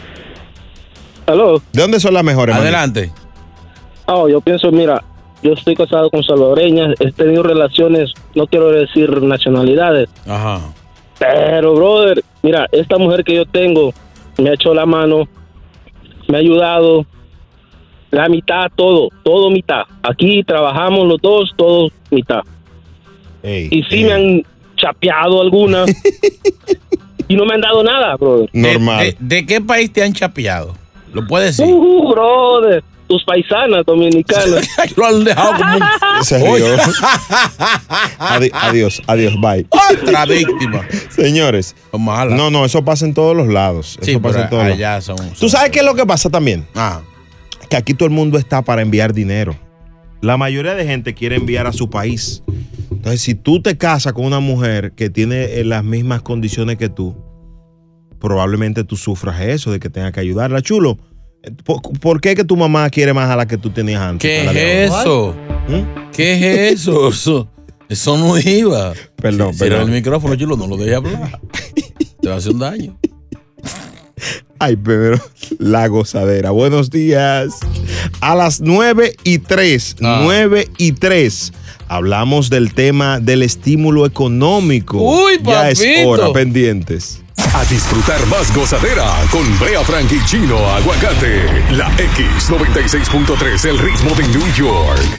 Aló. ¿De dónde son las mejores? manito? Adelante. Oh, yo pienso, mira, yo estoy casado con salvadoreñas, he tenido relaciones, no quiero decir nacionalidades, Ajá. pero, brother, mira, esta mujer que yo tengo me ha hecho la mano, me ha ayudado, la mitad, todo, todo mitad. Aquí trabajamos los dos, todos mitad. Y sí me han chapeado algunas y no me han dado nada, brother. Normal. ¿De, de qué país te han chapeado? ¿Lo puedes decir? Uh, brother, tus paisanas dominicanas. Lo han dejado como un... Se rió. Adi- adiós, adiós, bye. Otra víctima. Señores. No, no, eso pasa en todos los lados. Eso Sí, pasa pero en todos allá lados. son- son- ¿Tú sabes qué es lo que pasa también? Ah. Que aquí todo el mundo está para enviar dinero. La mayoría de gente quiere enviar a su país. Entonces, si tú te casas con una mujer que tiene eh, las mismas condiciones que tú, probablemente tú sufras eso de que tenga que ayudarla. Chulo, ¿por, por qué que tu mamá quiere más a la que tú tenías antes? ¿Qué que a la de es ahora? eso? ¿Mm? ¿Qué es eso? Eso, eso no iba. Perdón, Cierra perdón. el micrófono, chulo, no lo dejes hablar. Te va a hacer un daño. Ay, pero la gozadera. Buenos días. A las nueve y tres, Ah. nueve y tres, hablamos del tema del estímulo económico. Uy, ya es papito. hora, pendientes. A disfrutar más gozadera con Brea Frank y Chino Aguacate. La X noventa y seis punto tres, el ritmo de New York.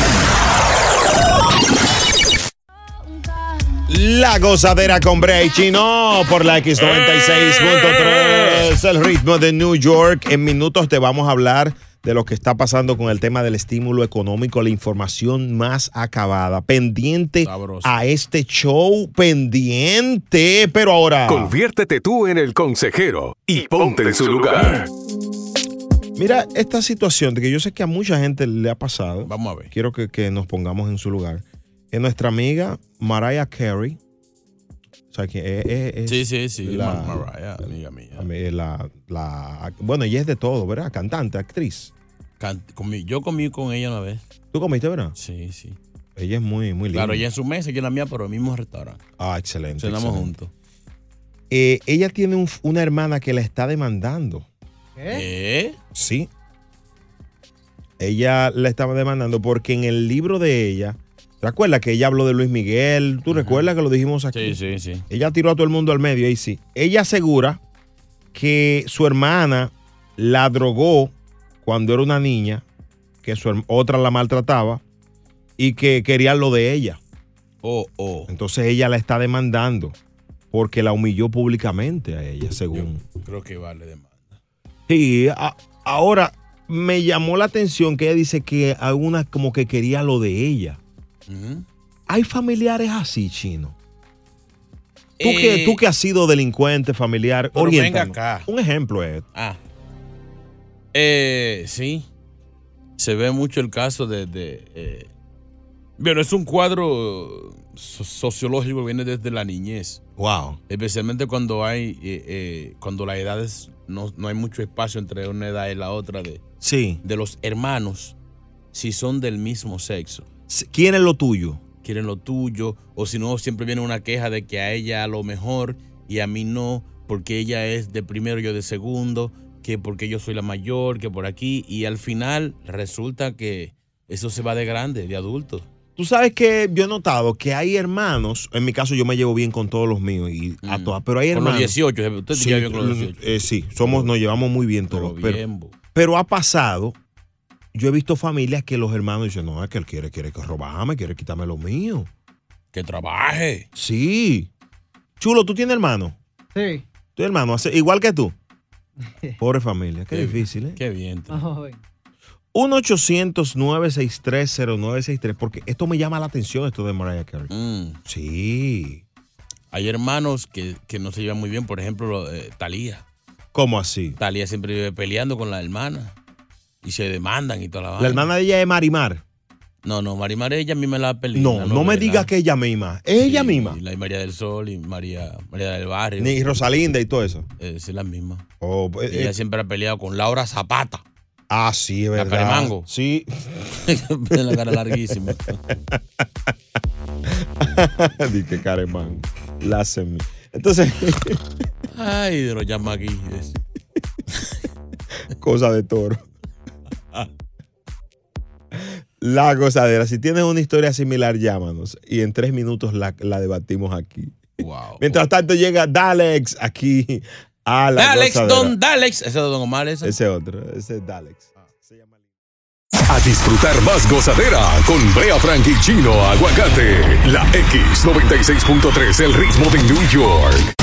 La gozadera con Brea y Chino por la X noventa y seis punto tres, el ritmo de New York. En minutos te vamos a hablar de lo que está pasando con el tema del estímulo económico, la información más acabada. Pendiente Sabroso. a este show, pendiente, pero ahora... Conviértete tú en el consejero y ponte en su lugar. Mira, esta situación de que yo sé que a mucha gente le ha pasado. Vamos a ver. Quiero que, que nos pongamos en su lugar. Es nuestra amiga Mariah Carey. O sea, que es, es, es sí, sí, sí. La, Mariah, amiga mía. La, la, bueno, ella es de todo, ¿verdad? Cantante, actriz. Cant, comí, yo comí con ella una vez. ¿Tú comiste, verdad? Sí, sí. Ella es muy, muy linda. Claro, ella en su mesa, yo en la mía, pero en el mismo restaurante. Ah, excelente. Cenamos juntos. Eh, ella tiene un, una hermana que la está demandando. ¿Qué? Sí. Ella la estaba demandando porque en el libro de ella, ¿te acuerdas que ella habló de Luis Miguel? ¿Tú uh-huh. recuerdas que lo dijimos aquí? Sí, sí, sí. Ella tiró a todo el mundo al medio, ahí sí. Ella asegura que su hermana la drogó cuando era una niña, que su otra la maltrataba y que querían lo de ella. Oh, oh. Entonces ella la está demandando porque la humilló públicamente a ella, según. Yo creo que vale demanda. Sí, a, ahora me llamó la atención que ella dice que alguna como que quería lo de ella. Uh-huh. ¿Hay familiares así, Chino? Tú, eh, que, tú que has sido delincuente familiar, oriéntanos. Venga acá. Un ejemplo es. Ah. Eh, sí. Se ve mucho el caso de... de eh, bueno, es un cuadro so- sociológico que viene desde la niñez. Wow. Especialmente cuando hay... Eh, eh, cuando las edades... No, no hay mucho espacio entre una edad y la otra de, sí. de los hermanos si son del mismo sexo. ¿Quieren lo tuyo? Quieren lo tuyo. O si no, siempre viene una queja de que a ella a lo mejor y a mí no, porque ella es de primero y yo de segundo, que porque yo soy la mayor, que por aquí. Y al final resulta que eso se va de grande, de adulto. Tú sabes que yo he notado que hay hermanos, en mi caso yo me llevo bien con todos los míos y a todas, pero hay hermanos. Con los dieciocho, usted sí, lleva bien con los dieciocho. Eh, sí, somos, nos llevamos muy bien todos. Pero, bien, pero, pero ha pasado, yo he visto familias que los hermanos dicen, no, es que él quiere, quiere que robarme, quiere quitarme lo mío. Que trabaje. Sí. Chulo, ¿tú tienes hermano? Sí. ¿Tu hermano hace igual que tú? Pobre familia, qué, qué difícil, ¿eh? Qué bien. uno ochocientos nueve seis tres cero nueve seis tres, porque esto me llama la atención, esto de Mariah Carey. Mm. Sí. Hay hermanos que, que no se llevan muy bien, por ejemplo, eh, Thalía. ¿Cómo así? Thalía siempre vive peleando con la hermana y se demandan y toda la vaina. ¿La hermana de ella es Marimar? No, no, Marimar ella misma la peleó. No, no me digas que ella misma. ¿Es sí, ella misma? La María del Sol y María, María del Barrio. Ni Rosalinda y todo eso. Eh, es la misma. Oh, eh, ella eh. siempre ha peleado con Laura Zapata. Ah, sí, es verdad. La Caremango. Sí. La cara larguísima. Dice Caremango. La semi. Entonces. Ay, de los llamaguilles. Cosa de toro. La gozadera. Si tienes una historia similar, llámanos. Y en tres minutos la, la debatimos aquí. Wow. Mientras tanto llega Dalex aquí. Ah, la Dalex, gozadera. Don Dalex. Ese es Don Omar, ese. Ese otro, ese es Dalex. A disfrutar más gozadera con Brea Frank y Chino Aguacate. La X noventa y seis punto tres, el ritmo de New York.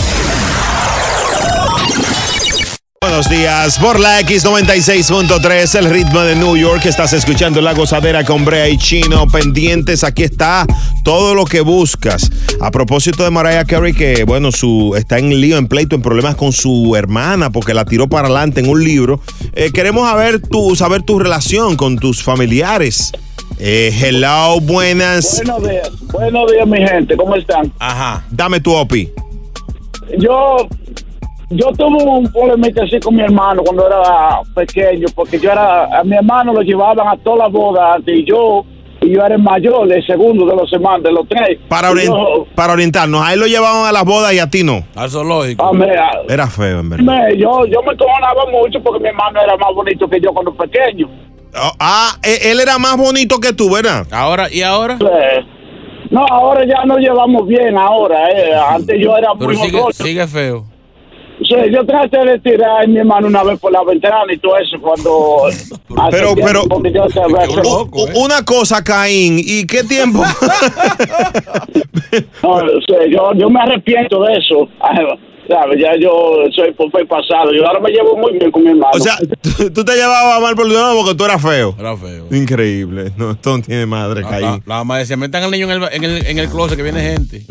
Buenos días, por la X noventa y seis punto tres, el ritmo de New York. Estás escuchando La Gozadera con Brea y Chino. Pendientes, aquí está todo lo que buscas. A propósito de Mariah Carey, que bueno, su está en lío, en pleito, en problemas con su hermana porque la tiró para adelante en un libro. Eh, queremos saber tu, saber tu relación con tus familiares. Eh, hello, buenas. Buenos días, buenos días, mi gente, ¿cómo están? Ajá, dame tu opi. Yo... Yo tuve un problemita así con mi hermano cuando era pequeño, porque yo era, a mi hermano lo llevaban a todas las bodas y yo, y yo era el mayor, el segundo de los hermanos, de los tres. Para, orient, yo, para orientarnos, a él lo llevaban a las bodas y a ti no. Al zoológico. A mira, era feo, en verdad. Me, yo, yo me cojonaba mucho porque mi hermano era más bonito que yo cuando pequeño. Oh, ah, él era más bonito que tú, ¿verdad? Ahora, ¿y ahora? Sí. No, ahora ya nos llevamos bien, ahora. Eh. Antes yo era Pero muy sigue, jocoso. sigue feo. Sí, yo traté de tirar a mi hermano una vez por la ventana y todo eso cuando... Pero, pero, yo loco, ¿eh? Una cosa, Caín, ¿y qué tiempo? No, sí, yo, yo me arrepiento de eso. ¿sabes? Ya yo soy por fue pasado. Yo ahora me llevo muy bien con mi hermano. O sea, tú, tú te llevabas mal por nuevo porque tú eras feo. Era feo. Increíble. No, esto no tiene madre, La, caí. la, la mamá decía, metan al niño en el, en el, en el closet que viene gente.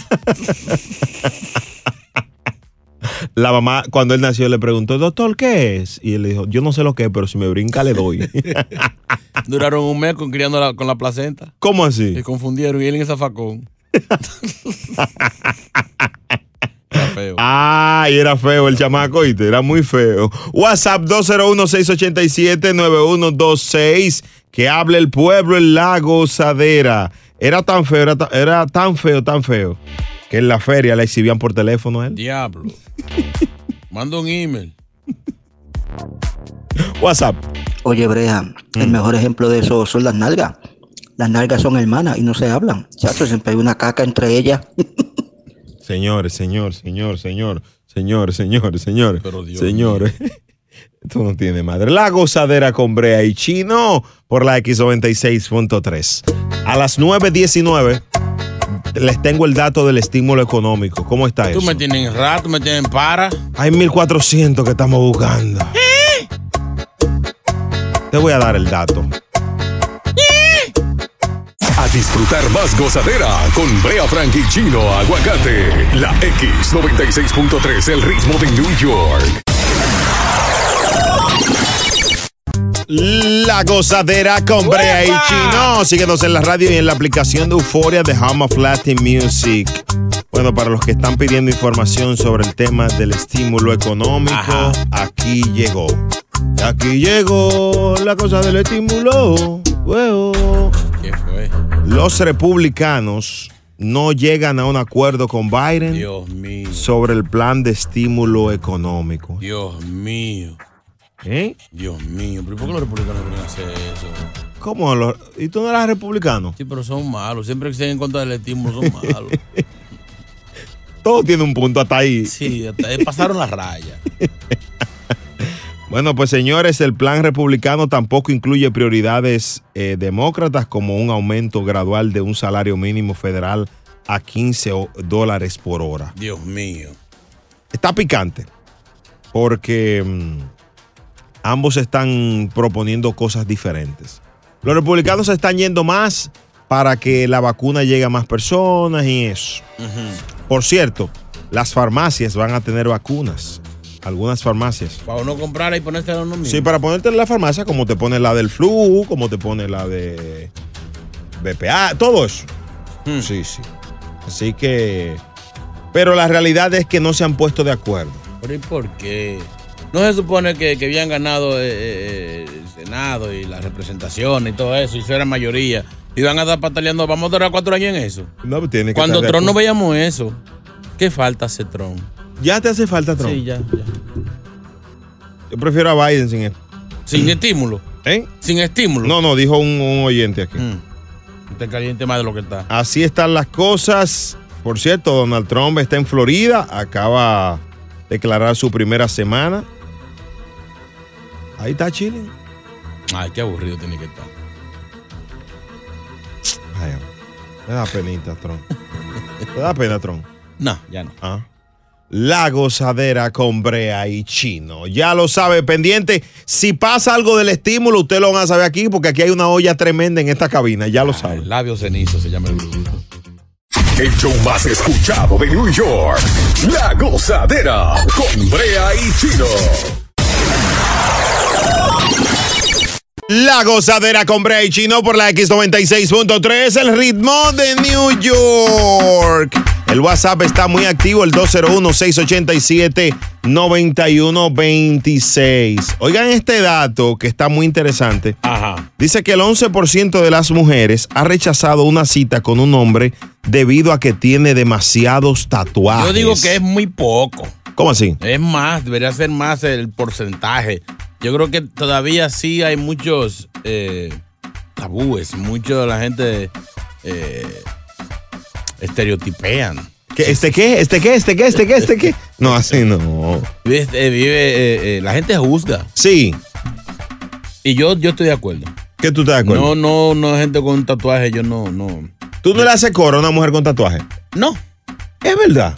La mamá, cuando él nació, le preguntó, doctor, ¿qué es? Y él le dijo, yo no sé lo que es, pero si me brinca, le doy. Duraron un mes con, criando la, con la placenta. ¿Cómo así? Se confundieron y él en el zafacón. Era feo. Ah, y era feo el chamaco, ¿oíste? Era muy feo. WhatsApp dos cero uno, seis ocho siete, nueve uno dos seis. Que hable el pueblo en La Gozadera. Era tan feo, era tan, era tan feo, tan feo, que en la feria le exhibían por teléfono a él. Diablo. Manda un email. WhatsApp. Oye, Brea, mm. el mejor ejemplo de eso son las nalgas. Las nalgas son hermanas y no se hablan. Chacho, siempre hay una caca entre ellas. Señores, señor, señor, señor, señor, señor, señor, Pero Dios señores. Esto no tiene madre. La Gozadera con Brea y Chino por la X noventa y seis punto tres. A las nueve diecinueve les tengo el dato del estímulo económico. ¿Cómo está eso? Tú me tienes en rato, me tienes en para. Hay mil cuatrocientos que estamos buscando. ¿Eh? Te voy a dar el dato. A disfrutar más gozadera con Brea Frank y Chino Aguacate. La X noventa y seis punto tres, el ritmo de New York. La Gozadera con Brea y Chino. Síguenos en la radio y en la aplicación de Euforia de Home of Latin Music. Bueno, para los que están pidiendo información sobre el tema del estímulo económico, ajá, aquí llegó. Aquí llegó la cosa del estímulo. Wow. ¿Qué fue? Los republicanos no llegan a un acuerdo con Biden, Dios mío, sobre el plan de estímulo económico. Dios mío. ¿Eh? Dios mío, ¿pero por qué los republicanos quieren hacer eso? ¿Cómo? Los, ¿Y tú no eras republicano? Sí, pero son malos. Siempre que estén en contra del estímulo son malos. Todo tiene un punto hasta ahí. Sí, hasta ahí pasaron la raya. Bueno, pues señores, el plan republicano tampoco incluye prioridades eh, demócratas como un aumento gradual de un salario mínimo federal a quince dólares por hora. Dios mío. Está picante porque mmm, ambos están proponiendo cosas diferentes. Los republicanos se están yendo más para que la vacuna llegue a más personas y eso. Uh-huh. Por cierto, las farmacias van a tener vacunas. Algunas farmacias. Para uno comprarla y ponértela uno mismo. Sí, para ponerte en la farmacia, como te pone la del flu, como te pone la de B P A, todo eso. Hmm. Sí, sí. Así que... Pero la realidad es que no se han puesto de acuerdo. ¿Pero y por qué? ¿No se supone que, que habían ganado eh, el Senado y la representación y todo eso, y eso era mayoría? Y van a estar pataleando, vamos a durar cuatro años en eso. No, tiene que Cuando estar Trump no veíamos eso, ¿qué falta hace Trump? ¿Ya te hace falta Trump? Sí, ya, ya. Yo prefiero a Biden sin esto. ¿Sin estímulo? ¿Eh? ¿Sin estímulo? No, no, dijo un, un oyente aquí. Mm. Está caliente más de lo que está. Así están las cosas. Por cierto, Donald Trump está en Florida. Acaba de declarar su primera semana. Ahí está chilling. Ay, qué aburrido tiene que estar. Ay, me da penita, Trump. ¿Te da pena, Trump? No, ya no. Ah. La Gozadera con Brea y Chino. Ya lo sabe, pendiente. Si pasa algo del estímulo, usted lo van a saber aquí, porque aquí hay una olla tremenda en esta cabina. Ya lo sabe. Labio cenizo se llama el grupo. El show más escuchado de New York. La Gozadera con Brea y Chino. La Gozadera con Brea y Chino por la X noventa y seis punto tres, el ritmo de New York. El WhatsApp está muy activo, el dos cero uno, seis ocho siete, nueve uno dos seis. Oigan este dato que está muy interesante. Ajá. Dice que el once por ciento de las mujeres ha rechazado una cita con un hombre debido a que tiene demasiados tatuajes. Yo digo que es muy poco. ¿Cómo así? Es más, debería ser más el porcentaje. Yo creo que todavía sí hay muchos eh, tabúes, mucho de la gente eh, estereotipean. ¿Qué, ¿Este qué? ¿Este qué? ¿Este qué? ¿Este qué? ¿Este qué? No, así no. Vive, eh, vive eh, eh, la gente juzga. Sí. Y yo, yo estoy de acuerdo. ¿Qué tú estás de acuerdo? No, no, no, gente con tatuaje, yo no, no. ¿Tú no le haces coro a una mujer con tatuaje? No. ¿Es verdad?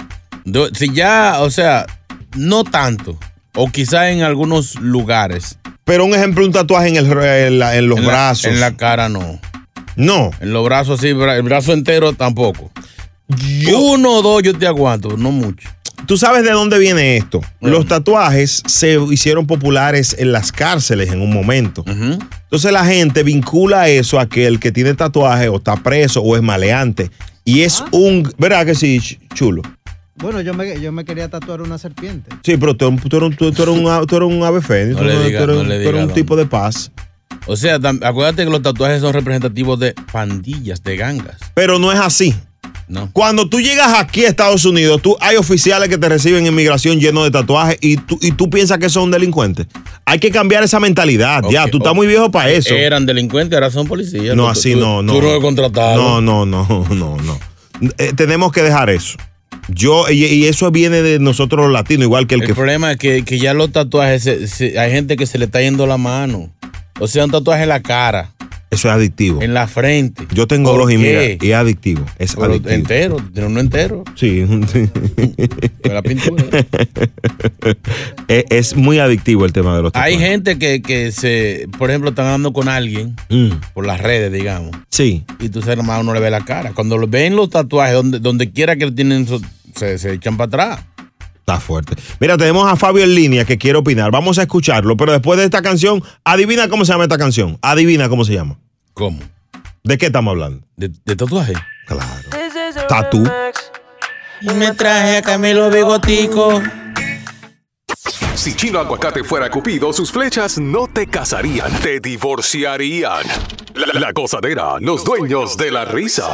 Do- Si ya, o sea, no tanto. O quizá en algunos lugares. Pero un ejemplo, un tatuaje en, el, en, la- en los En la- brazos. en la cara no. No. En los brazos sí, bra- el brazo entero tampoco. Uno o dos yo te aguanto, no mucho. ¿Tú sabes de dónde viene esto? Los tatuajes se hicieron populares en las cárceles en un momento. Entonces la gente vincula eso a que el que tiene tatuaje o está preso o es maleante. Y es un... ¿Verdad que sí, ch- chulo? Bueno, yo me, yo me quería tatuar una serpiente. Sí, pero tú, tú eres un, tú, tú eres un, a- tú eres un ave fénix. No tú, le eres- diga, tú eres, no un- le tú diga eres un dónde. tipo de paz. O sea, tam- acuérdate que los tatuajes son representativos de pandillas, de gangas. Pero no es así. No. Cuando tú llegas aquí a Estados Unidos, tú, hay oficiales que te reciben en inmigración llenos de tatuajes y tú, y tú piensas que son delincuentes. Hay que cambiar esa mentalidad. ya, Ok, tú estás ok. muy viejo para eso. Eran delincuentes, ahora son policías. No, Tú- así tú- no, no. Tú no lo contrataron. No, no, no, no, no. Eh, tenemos que dejar eso. Yo, y, y eso viene de nosotros los latinos, igual que el, El que problema es que, que ya los tatuajes, se- se- hay gente que se le está yendo la mano. O sea, un tatuaje en la cara, eso es adictivo. en la frente. Yo tengo ¿Por dos y mira, qué? y es adictivo. Es Pero adictivo. entero, tiene uno entero. Sí. Con la pintura. es, es muy adictivo el tema de los tatuajes. Hay gente que, que se, por ejemplo, están hablando con alguien Mm. por las redes, digamos. Sí. Y tú sabes, nomás uno le ve la cara. Cuando lo ven los tatuajes, donde, donde quiera que lo tienen, so- se, se echan para atrás. Está fuerte. Mira, tenemos a Fabio en línea que quiere opinar. Vamos a escucharlo, pero después de esta canción, adivina cómo se llama esta canción. Adivina cómo se llama. ¿Cómo? ¿De qué estamos hablando? ¿De, de tatuaje? Claro. Tatú. Y me traje a Camilo Bigotico. Si Chino Aguacate fuera Cupido, sus flechas no te casarían, te divorciarían. La, la gozadera, los dueños de la risa.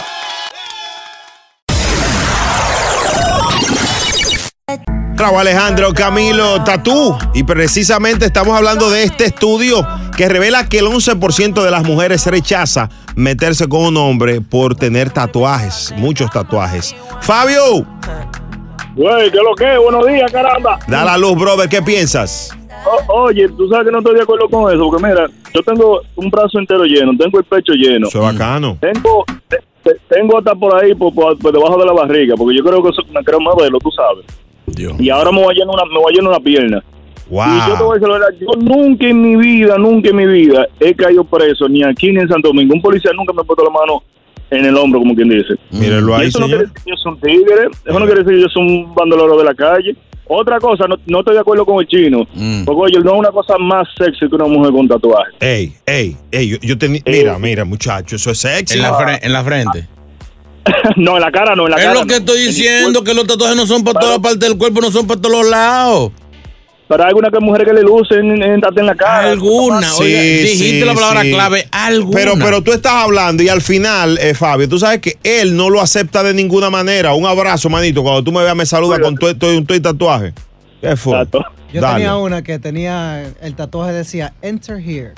Raúl Alejandro Camilo Tatú. Y precisamente estamos hablando de este estudio que revela que el once por ciento de las mujeres rechaza meterse con un hombre por tener tatuajes, muchos tatuajes. Fabio, Güey, ¿qué es lo que es? Buenos días, caramba. da la luz, brother, ¿qué piensas? O- oye, tú sabes que no estoy de acuerdo con eso, porque mira, yo tengo un brazo entero lleno, tengo el pecho lleno. Eso es bacano. Tengo, te- te- tengo hasta por ahí, por, por- por debajo de la barriga, porque yo creo que eso, me creo más velo, tú sabes. Y ahora me voy a llenar una, me voy a llenar una pierna. Wow. Y yo te voy a decir la verdad, yo nunca en mi vida, nunca en mi vida he caído preso, ni aquí ni en Santo Domingo. Un policía nunca me ha puesto la mano en el hombro, como quien dice. Mírenlo Y ahí, eso no señor. quiere decir que yo soy un tigre, eso no quiere decir que yo soy un bandolero de la calle. Otra cosa, no, no estoy de acuerdo con el chino, porque oye, no es una cosa más sexy que una mujer con tatuaje. Ey, ey, ey, yo, yo tenía. Mira, mira, muchacho, eso es sexy. En la, fre- en la frente. No, en la cara no, en la es cara lo que no. estoy diciendo, que los tatuajes no son para toda la parte del cuerpo, no son para todos los lados. Pero hay algunas que mujeres que le lucen en, en, en la cara. Alguna, oiga, dijiste la palabra clave, alguna. Pero, pero tú estás hablando y al final, eh, Fabio, tú sabes que él no lo acepta de ninguna manera. Un abrazo, manito. Cuando tú me veas, me saludas con todo tu tatuaje. ¿Qué fue? Yo Dale. tenía una que tenía, el tatuaje decía, enter here.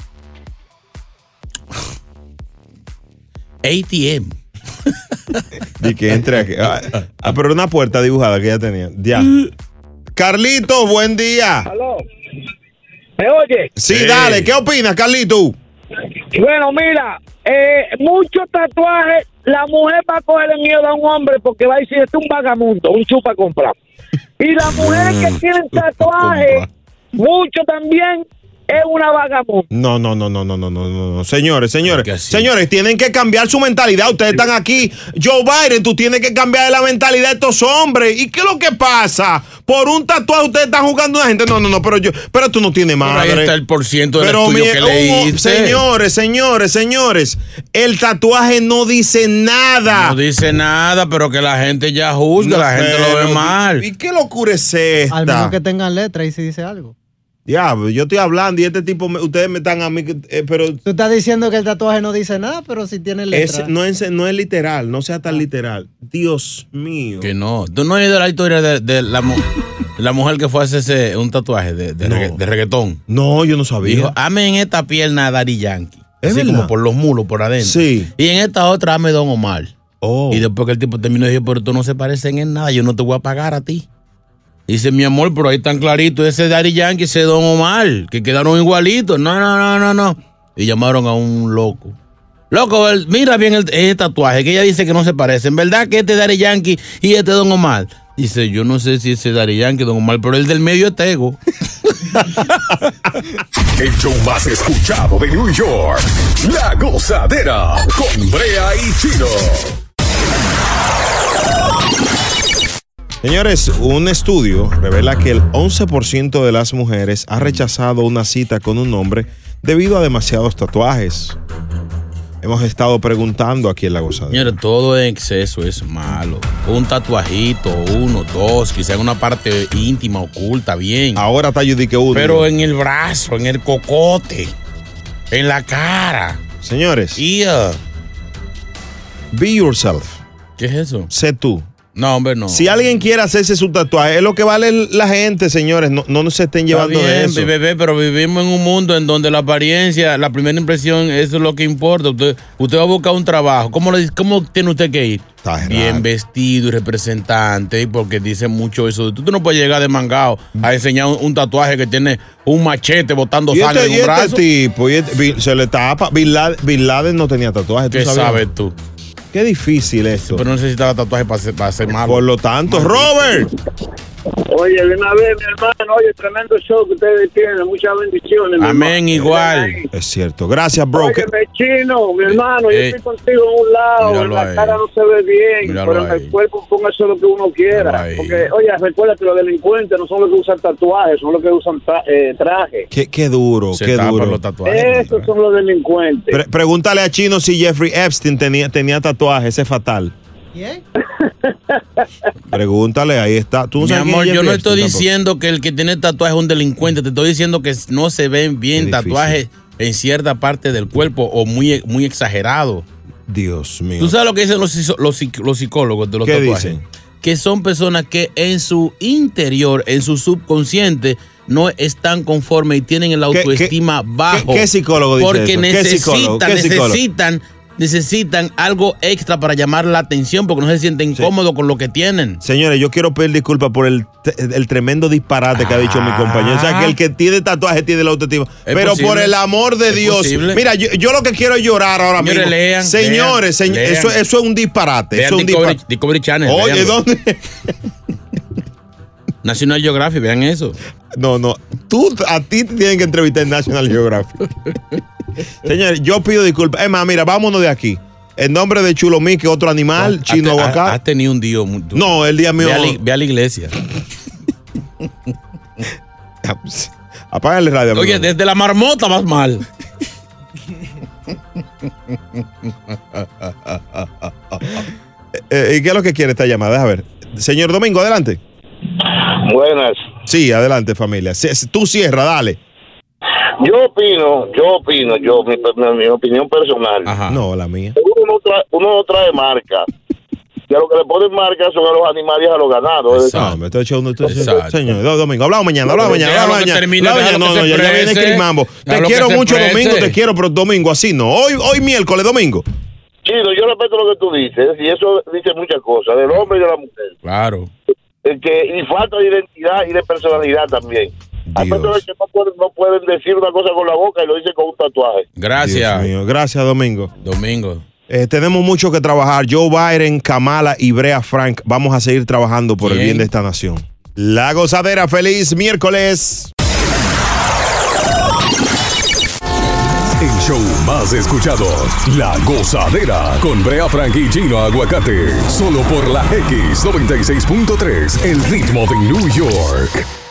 A T M. Y que entre aquí. Ah, ah, pero una puerta dibujada que ella tenía. Ya. Carlito, buen día. ¿Aló? ¿Me oye? Sí, dale. ¿Qué opinas, Carlito? Bueno, mira, eh, muchos tatuajes, la mujer va a cogerle miedo a un hombre porque va a decir, este es un vagamundo, un chupa comprar. Y las mujeres que tienen tatuajes, mucho también, es una vagabunda. No, no, no, no, no, no, no, no, no. Señores, señores, señores, tienen que cambiar su mentalidad. Ustedes están aquí. Joe Biden, tú tienes que cambiar la mentalidad de estos hombres. ¿Y qué es lo que pasa? Por un tatuaje ustedes están jugando a una gente. No, no, no, pero yo, pero tú no tienes madre. Ahí está el porciento del Pero estudio mire, que hubo- leíste. señores, señores, señores, el tatuaje no dice nada. No dice nada, pero que la gente ya juzga, No, la gente lo ve pero, mal. ¿Y qué locura es esta? Al menos que tengan letra y si dice algo. Ya, yo estoy hablando y este tipo, me- ustedes me están a mí, eh, pero Tú estás diciendo que el tatuaje no dice nada, pero si tiene letra. es, no, es, no es literal, no sea tan literal. Dios mío. Que no. ¿Tú no has oído la historia de, de la, mu- la mujer que fue a hacerse un tatuaje de, de, No. regga- de reggaetón? No, yo no sabía. Dijo, ame en esta pierna a Daddy Yankee. ¿Es Así verdad? como por los mulos, por adentro. Sí. Y en esta otra, ame Don Omar. Oh. Y después que el tipo terminó, dijo, pero tú no se parecen en nada, yo no te voy a pagar a ti. Dice, mi amor, pero ahí tan clarito, ese Daddy Yankee, ese Don Omar, que quedaron igualitos. No, no, no, no, no. Y llamaron a un loco. Loco, el- mira bien el, el tatuaje, que ella dice que no se parecen. ¿Verdad que este Daddy Yankee y este Don Omar? Dice, yo no sé si ese Daddy Yankee, don Omar, pero el del medio es Tego. El show más escuchado de New York. La Gozadera con Brea y Chino. Señores, un estudio revela que el once por ciento de las mujeres ha rechazado una cita con un hombre debido a demasiados tatuajes. Hemos estado preguntando aquí en La Gozadera. Señores, todo en exceso es malo. Un tatuajito, uno, dos, quizá en una parte íntima, oculta, bien. Ahora está yo di que uno. Pero en el brazo, en el cocote, en la cara. Señores. Yeah. Be yourself. ¿Qué es eso? Sé tú. No, hombre, no. Si alguien quiere hacerse su tatuaje, es lo que vale la gente, señores. No, no se estén llevando Está bien, de eso. Bebé, pero vivimos en un mundo en donde la apariencia, la primera impresión, eso es lo que importa. Usted, usted va a buscar un trabajo. ¿Cómo, le, cómo tiene usted que ir? Bien vestido y representante, porque dice mucho eso. Tú, tú no puedes llegar de mangao a enseñar un, un tatuaje que tiene un machete botando Y sangre este, en y un brazo. este tipo, y este- se le tapa. Bin Laden, Bin Laden no tenía tatuaje. ¿tú ¿Qué sabías? sabes tú? Qué difícil esto. Pero no necesitaba tatuaje para ser, para ser malo. Por lo tanto, Maldito. Robert. Oye, de una vez, mi hermano, oye, tremendo show que ustedes tienen, muchas bendiciones. mi Amén, hermano. igual. Es cierto. Gracias, bro. Oye, me chino, mi hermano, yo eh, estoy contigo en un lado, en míralo la ahí. cara no se ve bien, Míralo pero en ahí. el cuerpo póngase lo que uno quiera. Míralo ahí. Porque, oye, recuerda que los delincuentes no son los que usan tatuajes, son los que usan tra- eh, trajes. Qué, qué duro, Se qué tapan duro. los tatuajes. Esos son los delincuentes. Pre- pregúntale a Chino si Jeffrey Epstein tenía, tenía tatuaje. Ese es fatal. ¿Quién? Pregúntale, ahí está. ¿Tú no Mi sabes quién amor, es yo no Jeffrey estoy Epstein tampoco? diciendo que el que tiene tatuaje es un delincuente. Te estoy diciendo que no se ven bien Qué difícil. tatuajes en cierta parte del cuerpo o muy, muy exagerado. Dios mío. ¿Tú sabes lo que dicen los, psico- los, psic- los psicólogos de los ¿Qué tatuajes? dicen? Que son personas que en su interior, en su subconsciente, no están conformes y tienen la ¿Qué- autoestima qué- bajo. qué- qué psicólogo dice Porque eso? ¿Qué necesitan, psicólogo? ¿Qué psicólogo? necesitan, necesitan algo extra para llamar la atención porque no se sienten cómodos con lo que tienen. Señores, yo quiero pedir disculpas por el, el tremendo disparate que ha dicho mi compañero. O sea, que el que tiene tatuaje tiene la autoestima. Es Pero posible. por el amor de Es Dios. posible. Mira, yo, yo lo que quiero es llorar ahora Señores, mismo. lean, Señores, lean, señ- lean. Eso, eso es un disparate. Vean Eso es un Discovery, disparate. Discovery Channel. Oye, véanlo. ¿dónde? National Geographic, vean eso. No, no. Tú, a ti te tienen que entrevistar en National Geographic. Señores, yo pido disculpas. Es más, mira, vámonos de aquí. En nombre de Chulomí, que otro animal, Has- chino has- aguacate. Has tenido un día muy duro. No, el día mío. Ve a, la, ve a la iglesia. Apágale el radio. Oye, amigo. desde la marmota vas mal. Eh, ¿Y qué es lo que quiere esta llamada? Deja ver. Señor Domingo, adelante. Buenas. Sí, adelante, familia. C- Tú cierra, dale. Yo opino, yo opino, yo, mi, mi opinión personal. No, la mía. Uno no trae, uno no trae marca. Y a lo que le ponen marca son a los animales y a los ganados. No, me estoy echando. estoy- Exacto. Señor, do- Domingo, hablamos mañana, hablamos mañana, Déjalo hablamos que mañana. termine, hablamos déjalo mañana. No, que no, se ya, ya viene exprese. Crismambo. Te Déjalo que quiero se mucho, exprese. Domingo, te quiero, pero Domingo, así no. Hoy, hoy miércoles, Domingo. Chino, yo respeto lo que tú dices, y eso dice muchas cosas, del hombre y de la mujer. Claro. El que, y falta de identidad y de personalidad también. Hay personas que no pueden, no pueden decir una cosa con la boca y lo dicen con un tatuaje. Gracias. Dios mío, gracias, Domingo. Domingo. Eh, tenemos mucho que trabajar. Joe Biden, Kamala y Brea Frank. Vamos a seguir trabajando por el Bien. bien de esta nación. La Gozadera, feliz miércoles. El show más escuchado, La Gozadera, con Brea Frank y Chino Aguacate. Solo por la X noventa y seis punto tres, el ritmo de New York.